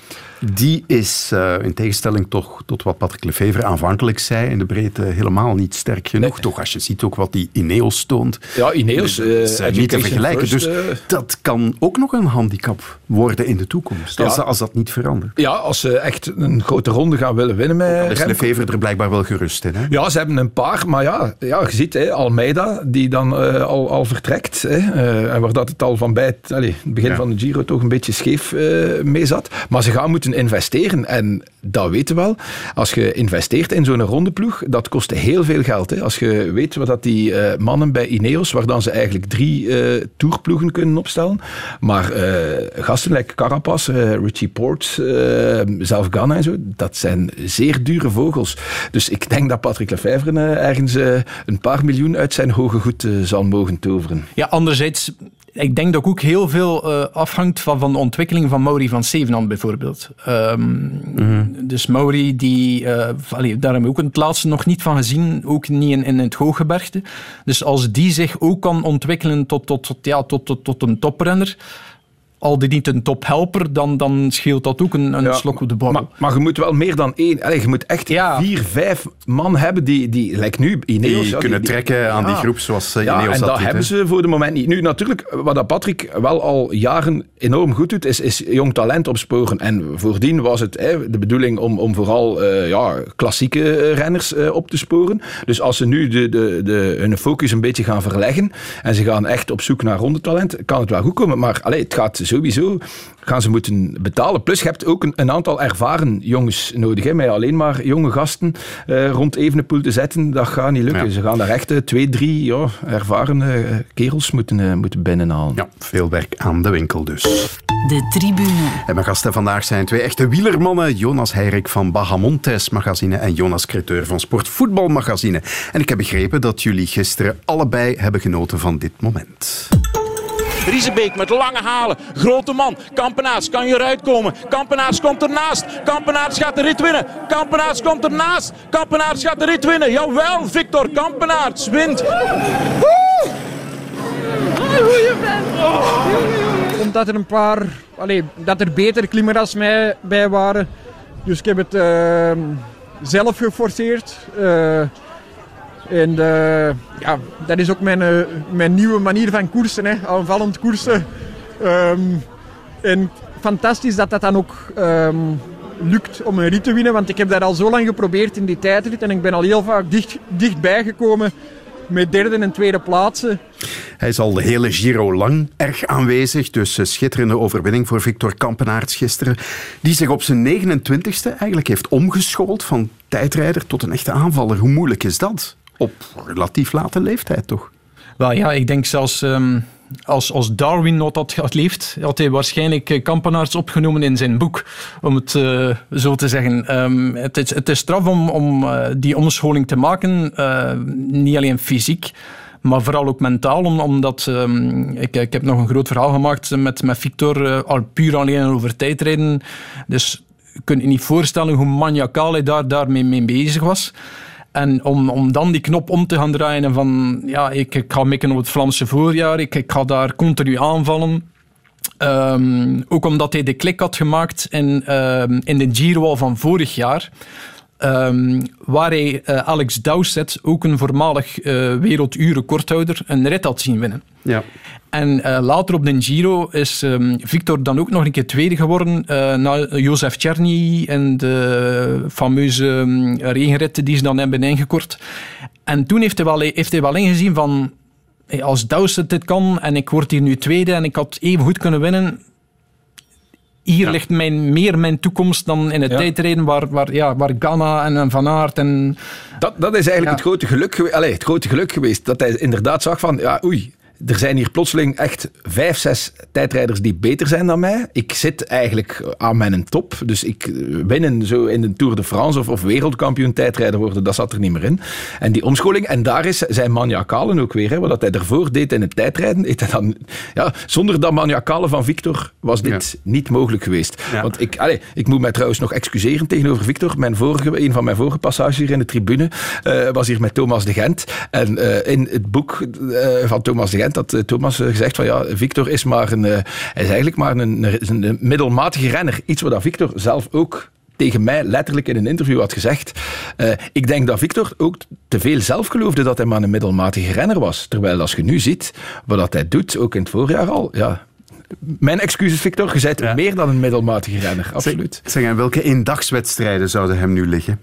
Die is, uh, in tegenstelling toch tot wat Patrick Lefevere aanvankelijk zei, in de breedte helemaal niet sterk genoeg. Nee. Toch als je ziet ook wat die Ineos toont. Ja, Ineos uh, is uh, niet te vergelijken. First, dus uh... dat kan ook nog een handicap worden in de toekomst. Als, ja. als dat niet verandert. Ja, als ze echt een grote ronde gaan willen winnen met Remco. Is Lefevere er blijkbaar wel gerust in. Hè? Ja, ze hebben een paar. Maar ja, ja je ziet hè, Almeida, die dan uh, al, al vertrekt. Hè, uh, en waar dat het al van bij het, allez, het begin ja. van de Giro toch een beetje scheef uh, mee zat. Maar ze gaan moeten investeren. En dat weten we wel. Als je investeert in zo'n rondeploeg, dat kost heel veel geld. Hè. Als je weet wat dat die uh, mannen bij Ineos, waar dan ze eigenlijk drie uh, tourploegen kunnen opstellen. Maar uh, gasten like Carapaz, uh, Richie Porte, uh, zelf Ganna en zo, dat zijn zeer dure vogels. Dus ik denk dat Patrick Lefevere uh, ergens uh, een paar miljoen uit zijn hoge goed uh, zal mogen toveren. Ja, anderzijds... Ik denk dat ook heel veel uh, afhangt van, van de ontwikkeling van Maury van Zevenand bijvoorbeeld. Um, mm-hmm. Dus Maury, die, uh, allee, daar hebben we ook het laatste nog niet van gezien, ook niet in, in het Hooggebergte. Dus als die zich ook kan ontwikkelen tot, tot, tot, ja, tot, tot, tot een toprenner, al die niet een tophelper, dan, dan scheelt dat ook een, een ja, slok op de borrel. Maar, maar je moet wel meer dan één... Allez, je moet echt ja. vier, vijf man hebben die, die like nu, Ineos... Die ja, kunnen die, trekken die, aan ja. die groep zoals uh, ja, Ineos en dat, dat doet, hebben he. ze voor de moment niet. Nu, natuurlijk, wat dat Patrick wel al jaren enorm goed doet, is, is jong talent opsporen. En voordien was het hè, de bedoeling om, om vooral uh, ja, klassieke renners uh, op te sporen. Dus als ze nu de, de, de, hun focus een beetje gaan verleggen en ze gaan echt op zoek naar rondetalent, kan het wel goed komen. Maar allez, het gaat sowieso... gaan ze moeten betalen. Plus, je hebt ook een, een aantal ervaren jongens nodig. Hè, met alleen maar jonge gasten uh, rond Evenepoel te zetten, dat gaat niet lukken. Ja. Ze gaan daar echt uh, twee, drie ja, ervaren uh, kerels moeten, uh, moeten binnenhalen. Ja, veel werk aan de winkel dus. De Tribune. En mijn gasten vandaag zijn twee echte wielermannen. Jonas Heirik van Bahamontes Magazine en Jonas Creteur van Sportvoetbal Magazine. En ik heb begrepen dat jullie gisteren allebei hebben genoten van dit moment. Riesebeek met lange halen. Grote man. Kampenaars, kan je eruit komen? Kampenaars komt ernaast. Kampenaars gaat de rit winnen. Kampenaars komt ernaast. Kampenaars gaat de rit winnen. Jawel, Victor Kampenaars wint. Woe! Omdat er een paar, allee, dat er betere klimmers als mij bij waren. Dus ik heb het uh, zelf geforceerd. Uh, en uh, ja, dat is ook mijn, uh, mijn nieuwe manier van koersen, hè, aanvallend koersen. Um, en fantastisch dat dat dan ook um, lukt om een rit te winnen, want ik heb dat al zo lang geprobeerd in die tijdrit en ik ben al heel vaak dicht, dichtbij gekomen met derde en tweede plaatsen. Hij is al de hele Giro lang erg aanwezig, dus een schitterende overwinning voor Victor Kampenaerts gisteren, die zich op zijn negenentwintigste eigenlijk heeft omgeschoold van tijdrijder tot een echte aanvaller. Hoe moeilijk is dat? Op relatief late leeftijd, toch? Wel ja, ik denk zelfs um, als, als Darwin nog had geleefd, had hij waarschijnlijk Kampenaerts opgenomen in zijn boek, om het uh, zo te zeggen. Um, het, is, het is straf om, om uh, die omscholing te maken, uh, niet alleen fysiek, maar vooral ook mentaal, omdat um, ik, ik heb nog een groot verhaal gemaakt met, met Victor, uh, al puur alleen over tijdrijden. Dus je kunt je niet voorstellen hoe maniacaal hij daar, daarmee mee bezig was. En om, om dan die knop om te gaan draaien en van, ja, ik, ik ga mikken op het Vlaamse voorjaar, ik, ik ga daar continu aanvallen. Um, ook omdat hij de klik had gemaakt in, um, in de Giro al van vorig jaar. Um, waar hij uh, Alex Dowsett, ook een voormalig uh, werelduurrecordhouder, een rit had zien winnen. Ja. En uh, later op de Giro is um, Victor dan ook nog een keer tweede geworden uh, na Josef Czerny en de fameuze um, regenritten die ze dan hebben ingekort. En toen heeft hij wel, heeft hij wel ingezien van, hey, als Dowsett dit kan en ik word hier nu tweede en ik had even goed kunnen winnen, hier ja. ligt mijn, meer mijn toekomst dan in het ja. tijdrijden waar, waar, ja, waar Ganna en Van Aert en... Dat, dat is eigenlijk ja. het, grote geluk gewe- Allee, het grote geluk geweest. Dat hij inderdaad zag van, ja, oei, er zijn hier plotseling echt vijf, zes tijdrijders die beter zijn dan mij. Ik zit eigenlijk aan mijn top. Dus ik winnen zo in de Tour de France of, of wereldkampioen tijdrijder worden, dat zat er niet meer in. En die omscholing, en daar is zijn maniacalen ook weer. Hè, wat hij ervoor deed in het tijdrijden. Hij dan, ja, zonder dat maniacalen van Victor was dit ja. niet mogelijk geweest. Ja. Want ik, allez, ik moet mij trouwens nog excuseren tegenover Victor. Mijn vorige, een van mijn vorige passages hier in de tribune uh, was hier met Thomas de Gent. En uh, in het boek uh, van Thomas de Gent dat uh, Thomas uh, gezegd van ja, Victor is maar een, uh, hij is eigenlijk maar een, een, een middelmatige renner. Iets wat Victor zelf ook tegen mij letterlijk in een interview had gezegd. Uh, ik denk dat Victor ook te veel zelf geloofde dat hij maar een middelmatige renner was. Terwijl als je nu ziet wat dat hij doet, ook in het voorjaar al, ja... Mijn excuses, Victor, je bent ja. meer dan een middelmatige renner, absoluut. Zeg, zeg, en welke eendagswedstrijden zouden hem nu liggen?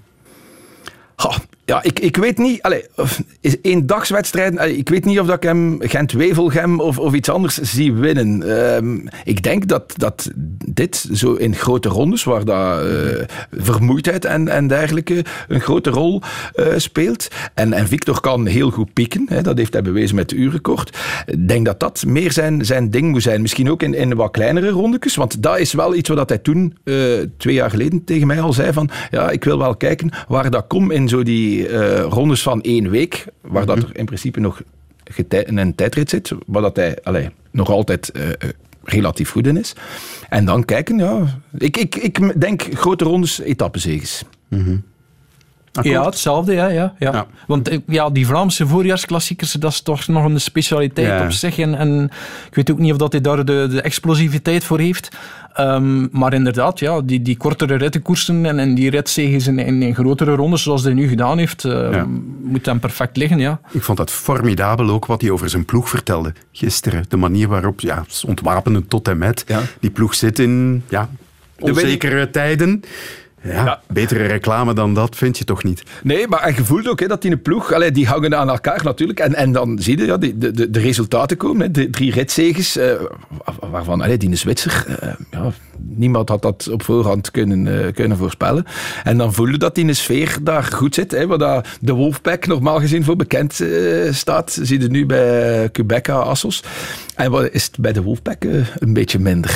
Ha, ja, ik, ik weet niet... Allez, is eendagswedstrijden... Allez, ik weet niet of dat ik hem Gent-Wevelgem of, of iets anders zie winnen. Um, ik denk dat, dat dit zo in grote rondes, waar dat, uh, vermoeidheid en, en dergelijke een grote rol uh, speelt. En, en Victor kan heel goed pieken. Hè, dat heeft hij bewezen met de uurrecord. Ik denk dat dat meer zijn, zijn ding moet zijn. Misschien ook in, in wat kleinere rondetjes. Want dat is wel iets wat hij toen, uh, twee jaar geleden, tegen mij al zei van ja, ik wil wel kijken waar dat komt in zo die Uh, rondes van één week, waar dat er in principe nog getij- een tijdrit zit, waar dat hij allee, nog altijd uh, relatief goed in is. En dan kijken, ja, ik, ik, ik denk grote rondes, etappezeges. Mm-hmm. Ja, hetzelfde, ja, ja, ja. ja. Want ja, die Vlaamse voorjaarsklassiekers, dat is toch nog een specialiteit ja. op zich. En, en ik weet ook niet of dat hij daar de, de explosiviteit voor heeft. Um, maar inderdaad, ja, die, die kortere rittenkoersen en, en die ritzeges in, in, in grotere rondes, zoals hij nu gedaan heeft, uh, ja. moet hem perfect liggen, ja. Ik vond dat formidabel ook wat hij over zijn ploeg vertelde gisteren. De manier waarop, ja, ontwapenen tot en met. Ja. Die ploeg zit in ja, onzekere tijden. Ja, ja, betere reclame dan dat vind je toch niet? Nee, maar je voelt ook hè, dat die een ploeg, allee, die hangen aan elkaar natuurlijk. En, en dan zie je ja, de, de, de resultaten komen. Hè, de drie ritzeges, uh, waarvan allee, die een Zwitser, uh, ja, niemand had dat op voorhand kunnen, uh, kunnen voorspellen. En dan voel je dat die sfeer daar goed zit. Hè, waar dat de Wolfpack normaal gezien voor bekend uh, staat. Zie je nu bij Quebec Assos. En wat is het bij de Wolfpack uh, een beetje minder.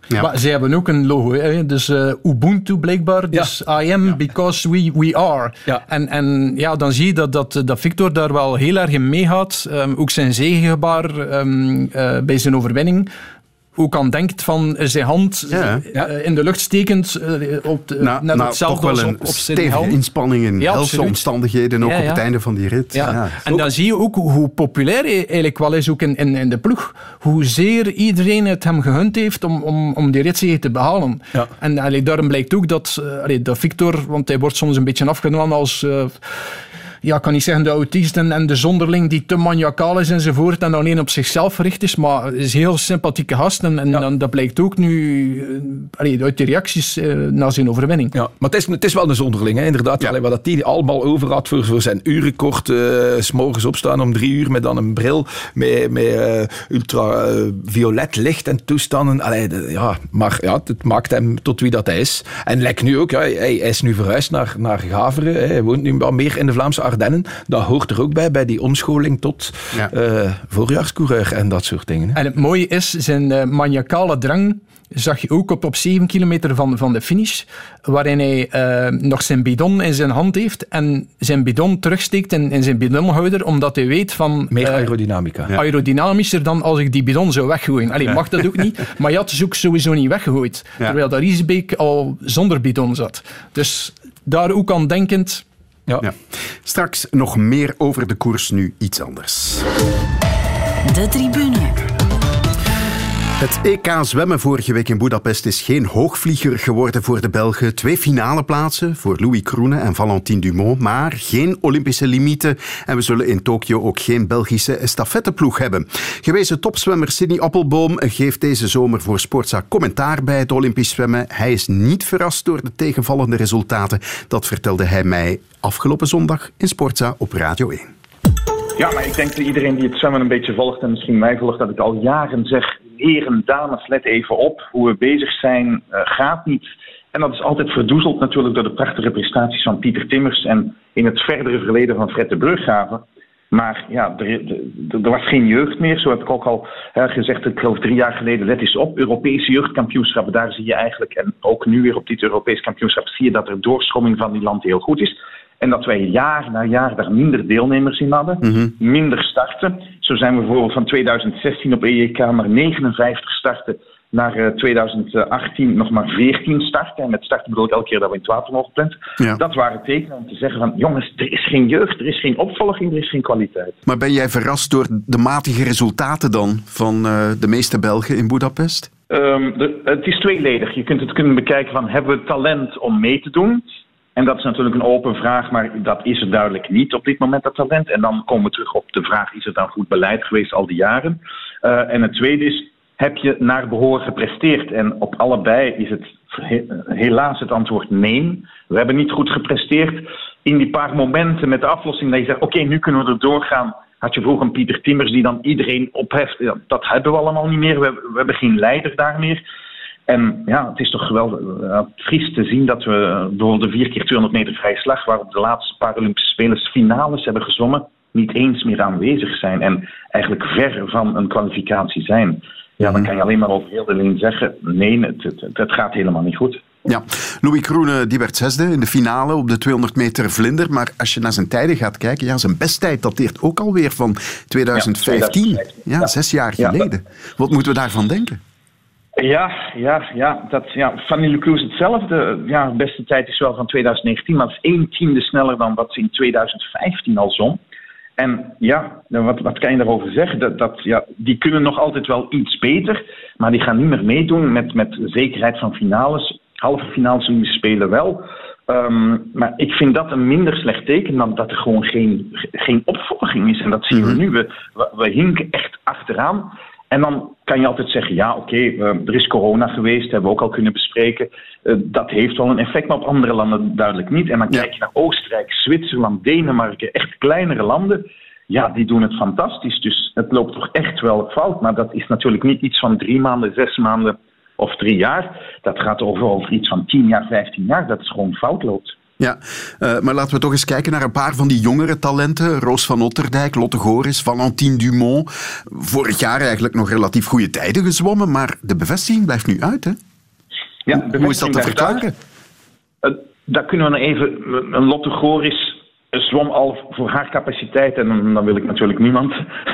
Ja. Maar zij hebben ook een logo, hè? Dus uh, Ubuntu blijkbaar, dus ja. I am ja. because we, we are. Ja. En, en ja, dan zie je dat, dat, dat Victor daar wel heel erg in meegaat. Um, ook zijn zegengebaar um, uh, bij zijn overwinning. Ook aan denkt van zijn hand ja. uh, in de lucht stekend, uh, op de, nou, net nou, hetzelfde toch wel als een op, op zijn stevige helm. inspanning in ja, helse omstandigheden, ook ja, ja. op het einde van die rit. Ja. Ja. En dan zie je ook hoe populair hij eigenlijk wel is, ook in, in, in de ploeg. Hoezeer iedereen het hem gegund heeft om, om, om die ritzege te behalen. Ja. En allee, daarom blijkt ook dat, uh, allee, dat Victor, want hij wordt soms een beetje afgenomen als... Uh, ja, ik kan niet zeggen de autist en, en de zonderling die te maniacaal is enzovoort en alleen op zichzelf gericht is, maar het is een heel sympathieke gast en, en ja. dan, dat blijkt ook nu uh, allee, uit de reacties uh, na zijn overwinning. Ja, maar het is, het is wel een zonderling, hè, inderdaad. Ja. Allee, wat hij allemaal over had voor, voor zijn urenkort, uh, 's morgens opstaan om drie uur met dan een bril met, met uh, ultraviolet licht en toestanden. Allee, de, ja, maar ja, het maakt hem tot wie dat hij is. En lijkt nu ook, ja, hij, hij is nu verhuisd naar, naar Gaveren, hè, hij woont nu al meer in de Vlaamse Ardennen, dat hoort er ook bij, bij die omscholing tot ja. uh, voorjaarscoureur en dat soort dingen. Hè. En het mooie is, zijn uh, maniacale drang zag je ook op, op zeven kilometer van, van de finish, waarin hij uh, nog zijn bidon in zijn hand heeft en zijn bidon terugsteekt in, in zijn bidonhouder, omdat hij weet van... Meer uh, aerodynamica. Ja. Aerodynamischer dan als ik die bidon zou weggooien. Allee, ja. mag dat ook niet, maar je had dus ook sowieso niet weggegooid. Ja. Terwijl dat Riesbeek al zonder bidon zat. Dus daar ook aan denkend... Ja. Ja. Straks nog meer over de koers, nu iets anders. De tribune. Het E K zwemmen vorige week in Budapest is geen hoogvlieger geworden voor de Belgen. Twee finale plaatsen voor Louis Kroene en Valentin Dumont, maar geen Olympische limieten. En we zullen in Tokio ook geen Belgische estafetteploeg hebben. Gewezen topzwemmer Sidney Appelboom geeft deze zomer voor Sportza commentaar bij het Olympisch zwemmen. Hij is niet verrast door de tegenvallende resultaten. Dat vertelde hij mij afgelopen zondag in Sportza op Radio één. Ja, maar ik denk dat iedereen die het zwemmen een beetje volgt en misschien mij volgt, dat ik al jaren zeg, heren, dames, let even op. Hoe we bezig zijn uh, gaat niet. En dat is altijd verdoezeld natuurlijk door de prachtige prestaties van Pieter Timmers en in het verdere verleden van Fred de Brughaven. Maar ja, er, er, er was geen jeugd meer. Zo heb ik ook al uh, gezegd, ik geloof drie jaar geleden, let eens op. Europese jeugdkampioenschappen, daar zie je eigenlijk, en ook nu weer op dit Europees kampioenschap, zie je dat er doorschomming van die landen heel goed is. En dat wij jaar na jaar daar minder deelnemers in hadden, mm-hmm. minder starten. Zo zijn we bijvoorbeeld van tweeduizend zestien op E K maar negenenvijftig starten naar uh, tweeduizend achttien nog maar veertien starten. En met starten bedoel ik elke keer dat we in het water mogen plannen. Ja. Dat waren tekenen om te zeggen van, jongens, er is geen jeugd, er is geen opvolging, er is geen kwaliteit. Maar ben jij verrast door de matige resultaten dan van uh, de meeste Belgen in Budapest? Um, de, het is tweeledig. Je kunt het kunnen bekijken van, hebben we talent om mee te doen? En dat is natuurlijk een open vraag, maar dat is er duidelijk niet op dit moment, dat talent. En dan komen we terug op de vraag, is het dan goed beleid geweest al die jaren? Uh, en het tweede is, heb je naar behoren gepresteerd? En op allebei is het he- helaas het antwoord nee. We hebben niet goed gepresteerd. In die paar momenten met de aflossing dat je zegt, oké, okay, nu kunnen we er doorgaan. Had je vroeger een Pieter Timmers die dan iedereen opheft. Ja, dat hebben we allemaal niet meer. We, we hebben geen leider daar meer. En ja, het is toch geweldig uh, triest te zien dat we bijvoorbeeld de vier keer tweehonderd meter vrije slag, waar op de laatste Paralympische Spelers finales hebben gezwommen, niet eens meer aanwezig zijn en eigenlijk ver van een kwalificatie zijn. Ja, dan kan je alleen maar over heel de lijn zeggen, nee, het, het, het gaat helemaal niet goed. Ja, Louis Kroene die werd zesde in de finale op de tweehonderd meter vlinder, maar als je naar zijn tijden gaat kijken, ja, zijn besttijd dateert ook alweer van tweeduizend vijftien. Ja, tweeduizend vijftien. Ja, ja. zes jaar geleden. Ja. Wat moeten we daarvan denken? Ja, ja, ja, dat, ja. Fanny Lecluse hetzelfde. Ja, de beste tijd is wel van tweeduizend negentien, maar het is één tiende sneller dan wat ze in tweeduizend vijftien al zwom. En ja, wat, wat kan je daarover zeggen? Dat, dat, ja, die kunnen nog altijd wel iets beter, maar die gaan niet meer meedoen met, met zekerheid van finales. Halve finales spelen wel. Um, maar ik vind dat een minder slecht teken dan dat er gewoon geen, geen opvolging is. En dat zien we nu. We, we, we hinken echt achteraan. En dan kan je altijd zeggen, ja oké, okay, uh, er is corona geweest, hebben we ook al kunnen bespreken. Uh, dat heeft wel een effect, maar op andere landen duidelijk niet. En dan ja. kijk je naar Oostenrijk, Zwitserland, Denemarken, echt kleinere landen. Ja, die doen het fantastisch. Dus het loopt toch echt wel fout. Maar dat is natuurlijk niet iets van drie maanden, zes maanden of drie jaar. Dat gaat over, over iets van tien jaar, vijftien jaar, dat het gewoon fout loopt. Ja, uh, maar laten we toch eens kijken naar een paar van die jongere talenten. Roos van Otterdijk, Lotte Goris, Valentine Dumont. Vorig jaar eigenlijk nog relatief goede tijden gezwommen, maar de bevestiging blijft nu uit, hè? Ja, hoe, hoe is dat te verklaren? Uh, daar kunnen we even... Een Lotte Goris zwom al voor haar capaciteit, en dan, dan wil ik natuurlijk niemand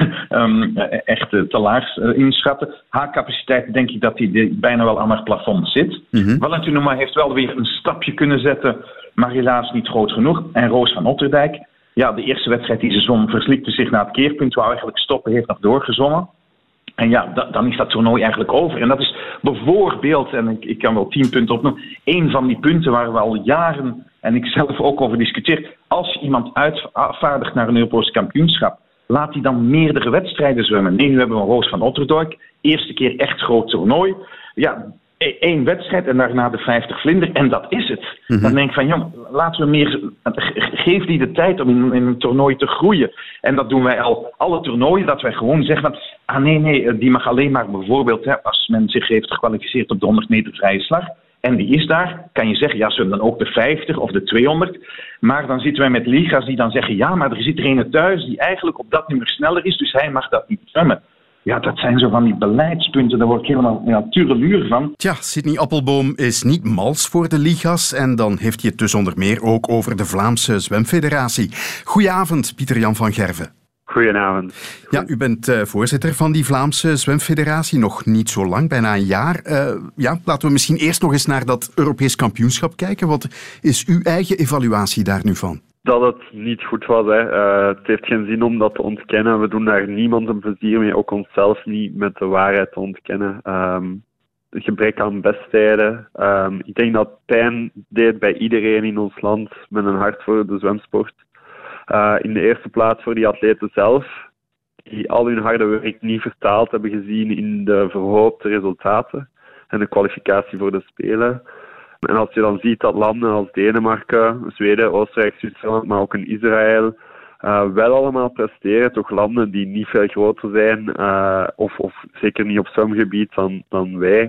um, echt te laag uh, inschatten. Haar capaciteit denk ik dat die bijna wel aan haar plafond zit. Mm-hmm. Valentine Dumont heeft wel weer een stapje kunnen zetten, maar helaas niet groot genoeg. En Roos van Otterdijk, ja, de eerste wedstrijd die ze zwom verslikte zich na het keerpunt, wou eigenlijk stoppen, heeft nog doorgezwommen. En ja, da- dan is dat toernooi eigenlijk over. En dat is bijvoorbeeld, en ik, ik kan wel tien punten opnoemen, één van die punten waar we al jaren, en ik zelf ook over discuteer, als je iemand uitvaardigt naar een Europees kampioenschap, laat die dan meerdere wedstrijden zwemmen. Nee, nu hebben we een Roos van Otterdijk, eerste keer echt groot toernooi. Ja, één wedstrijd en daarna de vijftig vlinder en dat is het. Mm-hmm. Dan denk ik van, jong, laten we meer... Geef die de tijd om in, in een toernooi te groeien. En dat doen wij al. Alle toernooien, dat wij gewoon zeggen van, ah nee, nee, die mag alleen maar bijvoorbeeld, hè, als men zich heeft gekwalificeerd op de honderd meter vrije slag, en die is daar, kan je zeggen, ja, ze hebben dan ook de vijftig of de tweehonderd. Maar dan zitten wij met liga's die dan zeggen, ja, maar er zit er een thuis die eigenlijk op dat nummer sneller is, dus hij mag dat niet zwemmen. Ja, dat zijn zo van die beleidspunten, daar word ik helemaal ja, tureluur van. Tja, Sidney Appelboom is niet mals voor de liga's en dan heeft hij het dus onder meer ook over de Vlaamse Zwemfederatie. Goedenavond, Pieter-Jan van Gerven. Goedenavond. Ja, u bent uh, voorzitter van die Vlaamse Zwemfederatie, nog niet zo lang, bijna een jaar. Uh, ja, laten we misschien eerst nog eens naar dat Europees kampioenschap kijken. Wat is uw eigen evaluatie daar nu van? Dat het niet goed was. Hè. Uh, het heeft geen zin om dat te ontkennen. We doen daar niemand een plezier mee, ook onszelf niet, met de waarheid te ontkennen. Um, het gebrek aan besttijden. Um, ik denk dat pijn deed bij iedereen in ons land met een hart voor de zwemsport. Uh, in de eerste plaats voor die atleten zelf, die al hun harde werk niet vertaald hebben gezien in de verhoopte resultaten en de kwalificatie voor de Spelen. En als je dan ziet dat landen als Denemarken, Zweden, Oostenrijk, Zwitserland, maar ook in Israël uh, wel allemaal presteren, toch landen die niet veel groter zijn, uh, of, of zeker niet op zwemgebied dan, dan wij,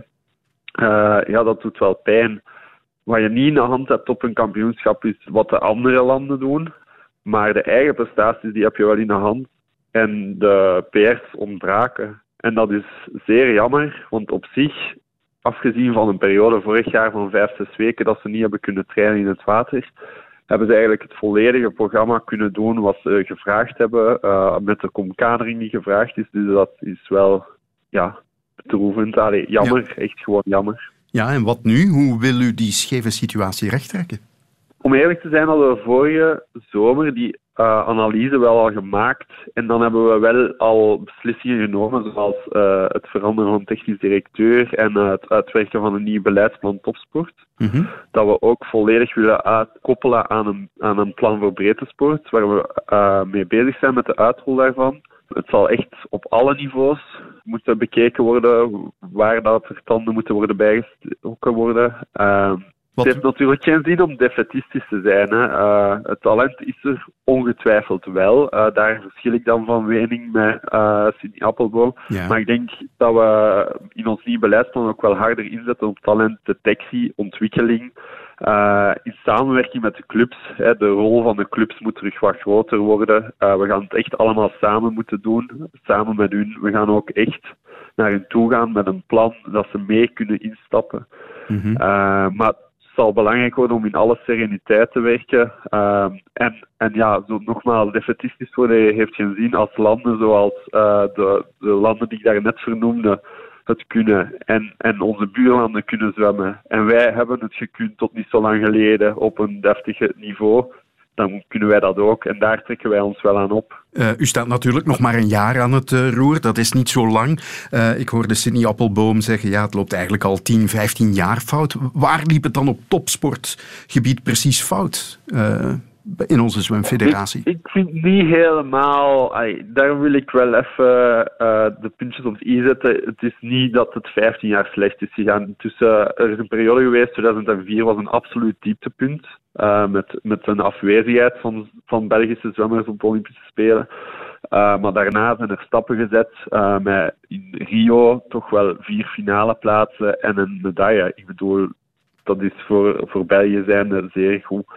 uh, ja, dat doet wel pijn. Wat je niet in de hand hebt op een kampioenschap is wat de andere landen doen, maar de eigen prestaties die heb je wel in de hand en de P R's ontbraken. En dat is zeer jammer, want op zich, afgezien van een periode vorig jaar van vijf, zes weken dat ze niet hebben kunnen trainen in het water, hebben ze eigenlijk het volledige programma kunnen doen wat ze gevraagd hebben, uh, met de omkadering die gevraagd is. Dus dat is wel, ja, bedroevend. Allee, jammer, ja. Echt gewoon jammer. Ja, en wat nu? Hoe wil u die scheve situatie rechttrekken? Om eerlijk te zijn hadden we vorige zomer die uh, analyse wel al gemaakt. En dan hebben we wel al beslissingen genomen, zoals uh, het veranderen van technisch directeur en uh, het uitwerken van een nieuw beleidsplan topsport. Mm-hmm. Dat we ook volledig willen uitkoppelen aan een, aan een plan voor breedte sport, waar we uh, mee bezig zijn met de uitrol daarvan. Het zal echt op alle niveaus moeten bekeken worden, waar dat er tanden moeten worden bijgestoken worden. Uh, Het heeft natuurlijk geen zin om defetistisch te zijn. Hè. Uh, het talent is er ongetwijfeld wel. Uh, daar verschil ik dan van mening met uh, Sidney Appelboom. Ja. Maar ik denk dat we in ons nieuwe beleidsplan ook wel harder inzetten op talentdetectie, ontwikkeling. Uh, in samenwerking met de clubs. Hè. De rol van de clubs moet terug wat groter worden. Uh, we gaan het echt allemaal samen moeten doen. Samen met hun. We gaan ook echt naar hun toe gaan met een plan dat ze mee kunnen instappen. Mm-hmm. Uh, maar het zal belangrijk worden om in alle sereniteit te werken. Uh, en, en ja, zo nogmaals, defetistisch worden heeft geen zin als landen zoals uh, de, de landen die ik daar net vernoemde het kunnen. En, en onze buurlanden kunnen zwemmen. En wij hebben het gekund tot niet zo lang geleden op een deftig niveau. Dan kunnen wij dat ook. En daar trekken wij ons wel aan op. Uh, u staat natuurlijk nog maar een jaar aan het uh, roer. Dat is niet zo lang. Uh, ik hoorde Sidney Appelboom zeggen, ja, het loopt eigenlijk al tien, vijftien jaar fout. Waar liep het dan op topsportgebied precies fout? Uh, in onze zwemfederatie? Ik, ik vind niet helemaal... Ay, daar wil ik wel even uh, de puntjes op de i zetten. Het is niet dat het vijftien jaar slecht is gegaan. Tussen, er is een periode geweest, tweeduizend vier was een absoluut dieptepunt. Uh, met, met een afwezigheid van, van Belgische zwemmers op de Olympische Spelen. Uh, maar daarna zijn er stappen gezet uh, met in Rio toch wel vier finale plaatsen en een medaille. Ik bedoel, dat is voor, voor België zijnde zeer goed.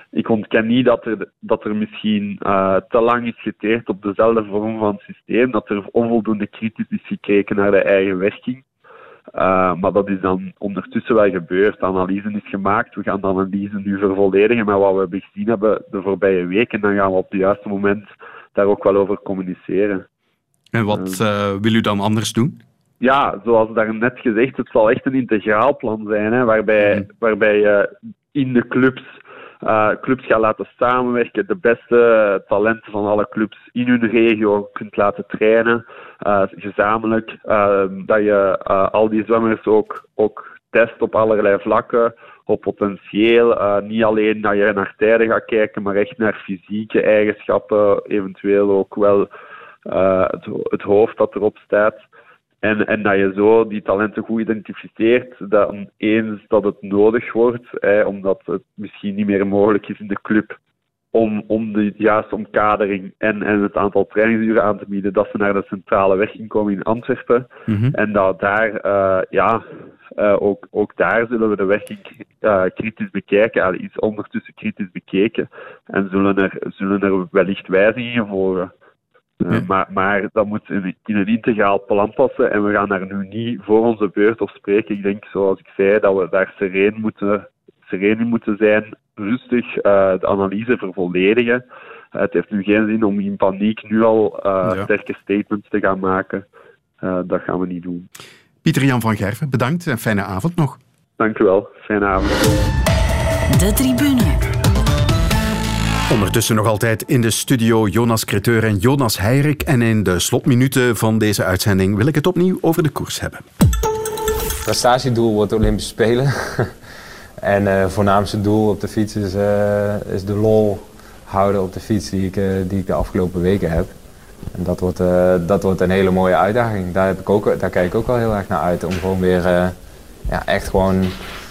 ik ontken niet dat er, dat er misschien uh, te lang is geteerd op dezelfde vorm van het systeem, dat er onvoldoende kritisch is gekeken naar de eigen werking. Uh, maar dat is dan ondertussen wel gebeurd. De analyse is gemaakt. We gaan de analyse nu vervolledigen met wat we hebben gezien hebben de voorbije week. En dan gaan we op het juiste moment daar ook wel over communiceren. En wat uh, wil u dan anders doen? Ja, zoals daarnet gezegd, het zal echt een integraal plan zijn. Hè, waarbij, mm. waarbij je in de clubs, uh, clubs gaat laten samenwerken. De beste talenten van alle clubs in hun regio kunt laten trainen. Uh, gezamenlijk. Uh, dat je uh, al die zwemmers ook, ook test op allerlei vlakken. Op potentieel. Uh, niet alleen dat je naar tijden gaat kijken, maar echt naar fysieke eigenschappen. Eventueel ook wel uh, het, het hoofd dat erop staat. En, en dat je zo die talenten goed identificeert, dan eens dat het nodig wordt, hè, omdat het misschien niet meer mogelijk is in de club om, om de juiste omkadering en, en het aantal trainingsuren aan te bieden, dat ze naar de centrale werking komen in Antwerpen. Mm-hmm. En dat daar, uh, ja, uh, ook, ook daar zullen we de werking uh, kritisch bekijken. Allee, is ondertussen kritisch bekeken. En zullen er, zullen er wellicht wijzigingen volgen. Uh, ja. maar, maar dat moet in, in een integraal plan passen en we gaan daar nu niet voor onze beurt op spreken. Ik denk, zoals ik zei, dat we daar sereen moeten, sereen in moeten zijn, rustig uh, de analyse vervolledigen. Uh, het heeft nu geen zin om in paniek nu al uh, ja. sterke statements te gaan maken. Uh, dat gaan we niet doen. Pieter-Jan van Gerven, bedankt en fijne avond nog. Dank u wel, fijne avond. De tribune. Ondertussen nog altijd in de studio Jonas Creteur en Jonas Heirik. En in de slotminuten van deze uitzending wil ik het opnieuw over de koers hebben. Het prestatiedoel wordt de Olympische Spelen. En het uh, voornaamste doel op de fiets is, uh, is de lol houden op de fiets die ik, uh, die ik de afgelopen weken heb. En dat wordt, uh, dat wordt een hele mooie uitdaging. Daar, heb ik ook, daar kijk ik ook wel heel erg naar uit. Om gewoon weer uh, ja, echt gewoon...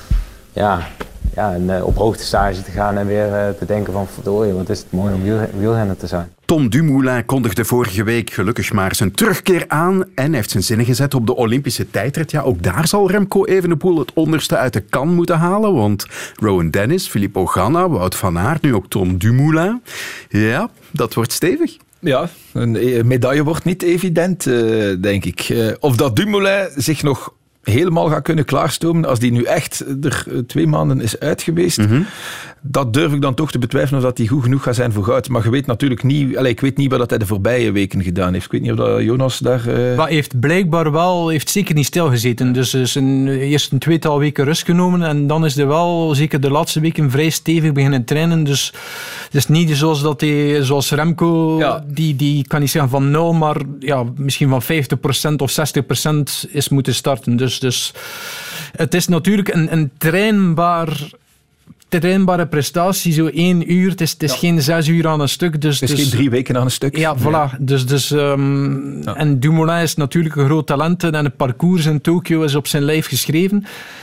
Ja, Ja, en uh, op hoogtestage te gaan en weer uh, te denken van verdorie, wat is het mooi om wiel, wielrenner te zijn. Tom Dumoulin kondigde vorige week gelukkig maar zijn terugkeer aan en heeft zijn zinnen gezet op de Olympische tijdrit. Ja, ook daar zal Remco Evenepoel het onderste uit de kan moeten halen, want Rowan Dennis, Filippo Ganna, Wout van Aert, nu ook Tom Dumoulin. Ja, dat wordt stevig. Ja, een medaille wordt niet evident, uh, denk ik. Uh, of dat Dumoulin zich nog helemaal gaat kunnen klaarstomen als die nu echt er twee maanden is uit geweest. Mm-hmm. Dat durf ik dan toch te betwijfelen of dat die goed genoeg gaat zijn voor goud. Maar je weet natuurlijk niet... Allez, ik weet niet wat hij de voorbije weken gedaan heeft. Ik weet niet of dat Jonas daar... Uh... Maar hij heeft blijkbaar wel... heeft zeker niet stilgezeten. Dus is een, eerst een tweetal weken rust genomen en dan is hij wel, zeker de laatste weken, vrij stevig beginnen trainen. Dus het is niet zoals, dat hij, zoals Remco, ja. die, die kan niet zeggen van nul, maar ja, misschien van vijftig procent of zestig procent is moeten starten. Dus, dus het is natuurlijk een, een trainbaar... trainbare prestatie, zo één uur. Het is, het is ja. geen zes uur aan een stuk. Dus, het is dus, geen drie weken aan een stuk. Ja, voilà. Ja. Dus, dus, um, ja. En Dumoulin is natuurlijk een groot talent en het parcours in Tokio is op zijn lijf geschreven.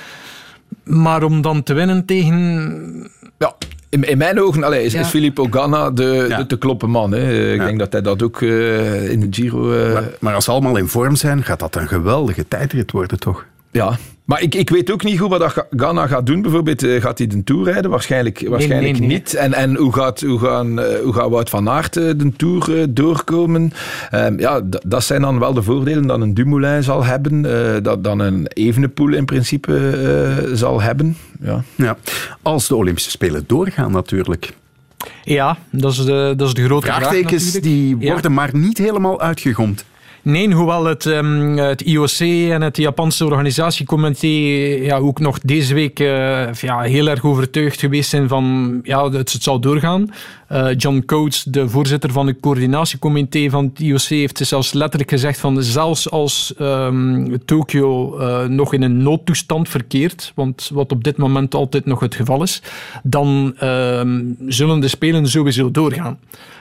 Maar om dan te winnen tegen... Ja. In, in mijn ogen allez, is, ja. is Filippo Ganna de, ja. de te kloppen man. Hè. Ik ja. denk dat hij dat ook uh, in de Giro... Uh... Maar, maar als ze allemaal in vorm zijn, gaat dat een geweldige tijdrit worden, toch? Ja, maar ik, ik weet ook niet goed wat Ganna gaat doen. Bijvoorbeeld, uh, gaat hij de Tour rijden? Waarschijnlijk, waarschijnlijk nee, nee, nee. niet. En, en hoe, gaat, hoe, gaan, uh, hoe gaat Wout van Aert uh, de Tour uh, doorkomen? Um, ja, d- dat zijn dan wel de voordelen dat een Dumoulin zal hebben. Uh, dat dan een Evenepoel in principe uh, zal hebben. Ja. Ja, als de Olympische Spelen doorgaan natuurlijk. Ja, dat is de, dat is de grote vraag Vraagtekens natuurlijk. Die worden ja. maar niet helemaal uitgegomd. Nee, hoewel het, um, het I O C en het Japanse organisatiecomité ja, ook nog deze week uh, ja, heel erg overtuigd geweest zijn van ja, het, het zal doorgaan. Uh, John Coates, de voorzitter van het coördinatiecomité van het I O C, heeft zelfs letterlijk gezegd van zelfs als um, Tokio uh, nog in een noodtoestand verkeert, want wat op dit moment altijd nog het geval is, dan um, zullen de Spelen sowieso doorgaan.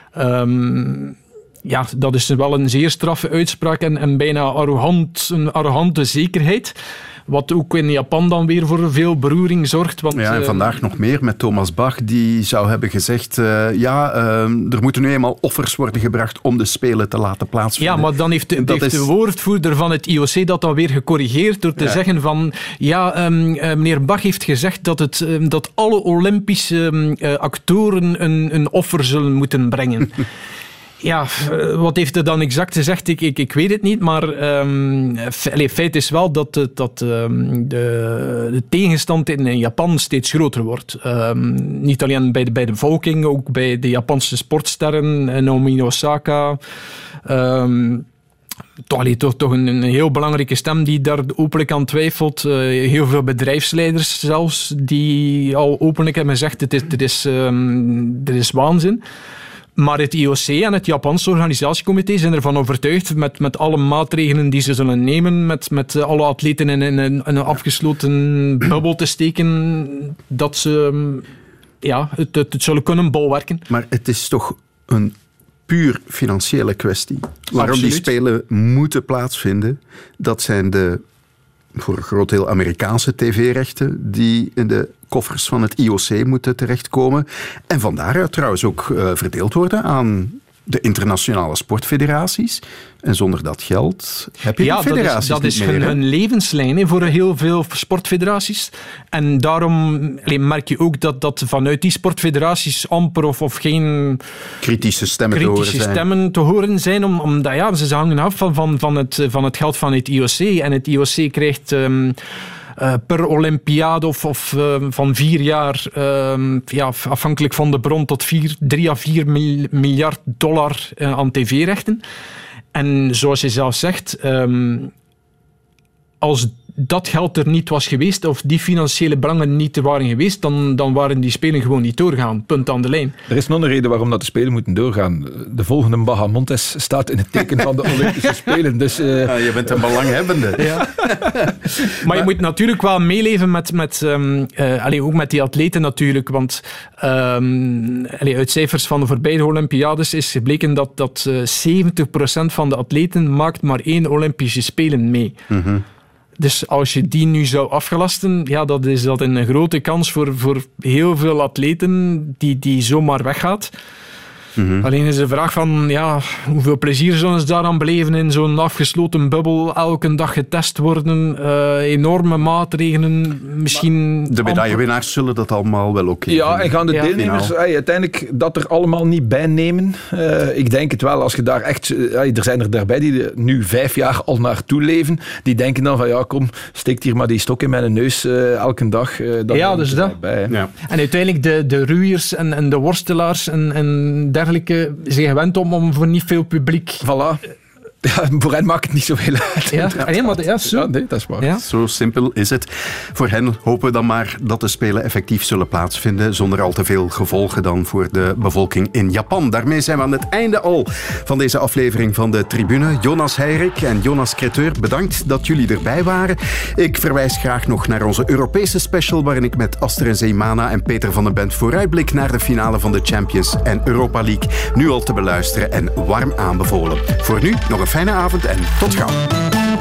Um, Ja, dat is wel een zeer straffe uitspraak en, en bijna arrogant, een arrogante zekerheid. Wat ook in Japan dan weer voor veel beroering zorgt. Want, ja, en uh, vandaag nog meer met Thomas Bach. Die zou hebben gezegd, uh, ja, uh, er moeten nu eenmaal offers worden gebracht om de Spelen te laten plaatsvinden. Ja, maar dan heeft, de, heeft is... de woordvoerder van het I O C dat dan weer gecorrigeerd door te ja. zeggen van, ja, um, uh, meneer Bach heeft gezegd dat, het, um, dat alle Olympische um, uh, actoren een, een offer zullen moeten brengen. Ja, wat heeft hij dan exact gezegd? Ik, ik, ik weet het niet, maar um, feit is wel dat, dat um, de, de tegenstand in Japan steeds groter wordt. Um, niet alleen bij de, bij de bevolking, ook bij de Japanse sportsterren, Naomi Osaka. Um, Toch, allee, toch, toch een, een heel belangrijke stem die daar openlijk aan twijfelt. Uh, heel veel bedrijfsleiders zelfs, die al openlijk hebben gezegd, dit is, dit is, um, dit is waanzin. Maar het I O C en het Japanse organisatiecomité zijn ervan overtuigd met, met alle maatregelen die ze zullen nemen, met, met alle atleten in, in, in een afgesloten bubbel te steken, dat ze ja, het, het, het zullen kunnen bolwerken. Maar het is toch een puur financiële kwestie. Waarom Absoluut. die Spelen moeten plaatsvinden, dat zijn de voor een groot deel Amerikaanse tv-rechten die in de koffers van het I O C moeten terechtkomen. En van daaruit trouwens ook uh, verdeeld worden aan de internationale sportfederaties. En zonder dat geld heb je ja, de federaties dat is, dat niet is meer. hun, hun levenslijn he, voor heel veel sportfederaties. En daarom alleen, merk je ook dat, dat vanuit die sportfederaties amper of, of geen kritische stemmen, kritische te, horen stemmen te horen zijn. Om, omdat ja, ze hangen af van, van, van, het, van het geld van het I O C. En het I O C krijgt Um, Uh, per Olympiade of, of uh, van vier jaar, uh, ja, afhankelijk van de bron, tot vier, drie à vier miljard dollar uh, aan tv-rechten. En zoals je zelf zegt, um, als dat geld er niet was geweest, of die financiële belangen niet er waren geweest, dan, dan waren die Spelen gewoon niet doorgaan. Punt aan de lijn. Er is nog een reden waarom dat de Spelen moeten doorgaan. De volgende Bahamontes staat in het teken van de Olympische Spelen. Dus, uh... ja, je bent een belanghebbende. Ja. Maar, maar je moet natuurlijk wel meeleven met, met, um, uh, allez, ook met die atleten natuurlijk. Want um, allez, uit cijfers van de voorbije Olympiades is gebleken dat, dat uh, zeventig procent van de atleten maakt maar één Olympische Spelen mee. Mm-hmm. Dus als je die nu zou afgelasten, ja, dat is dat een grote kans voor, voor heel veel atleten die, die zomaar weggaat. Mm-hmm. Alleen is de vraag van, ja, hoeveel plezier zullen ze daaraan beleven in zo'n afgesloten bubbel, elke dag getest worden, uh, enorme maatregelen, misschien... De medaillewinnaars zullen dat allemaal wel oké Ja, en gaan de ja. deelnemers hey, uiteindelijk dat er allemaal niet bij nemen? Uh, ik denk het wel, als je daar echt... Uh, er zijn er daarbij die er nu vijf jaar al naartoe leven, die denken dan van, ja, kom, steek hier maar die stok in mijn neus uh, elke dag. Uh, ja, dus dat. Bij, ja. En uiteindelijk de, de roeiers en, en de worstelaars en, en dergelijke zijn gewend om, om voor niet veel publiek... Voilà. Ja, voor hen maakt het niet zoveel uit. Ja, nee, maar, ja, zo. Ja, nee, dat is waar. Ja. Zo simpel is het. Voor hen hopen we dan maar dat de Spelen effectief zullen plaatsvinden, zonder al te veel gevolgen dan voor de bevolking in Japan. Daarmee zijn we aan het einde al van deze aflevering van de Tribune. Jonas Heirik en Jonas Creteur, bedankt dat jullie erbij waren. Ik verwijs graag nog naar onze Europese special, waarin ik met Aster Zeemana en Peter van den Bent vooruitblik naar de finale van de Champions en Europa League. Nu al te beluisteren en warm aanbevolen. Voor nu nog een fijne avond en tot gauw.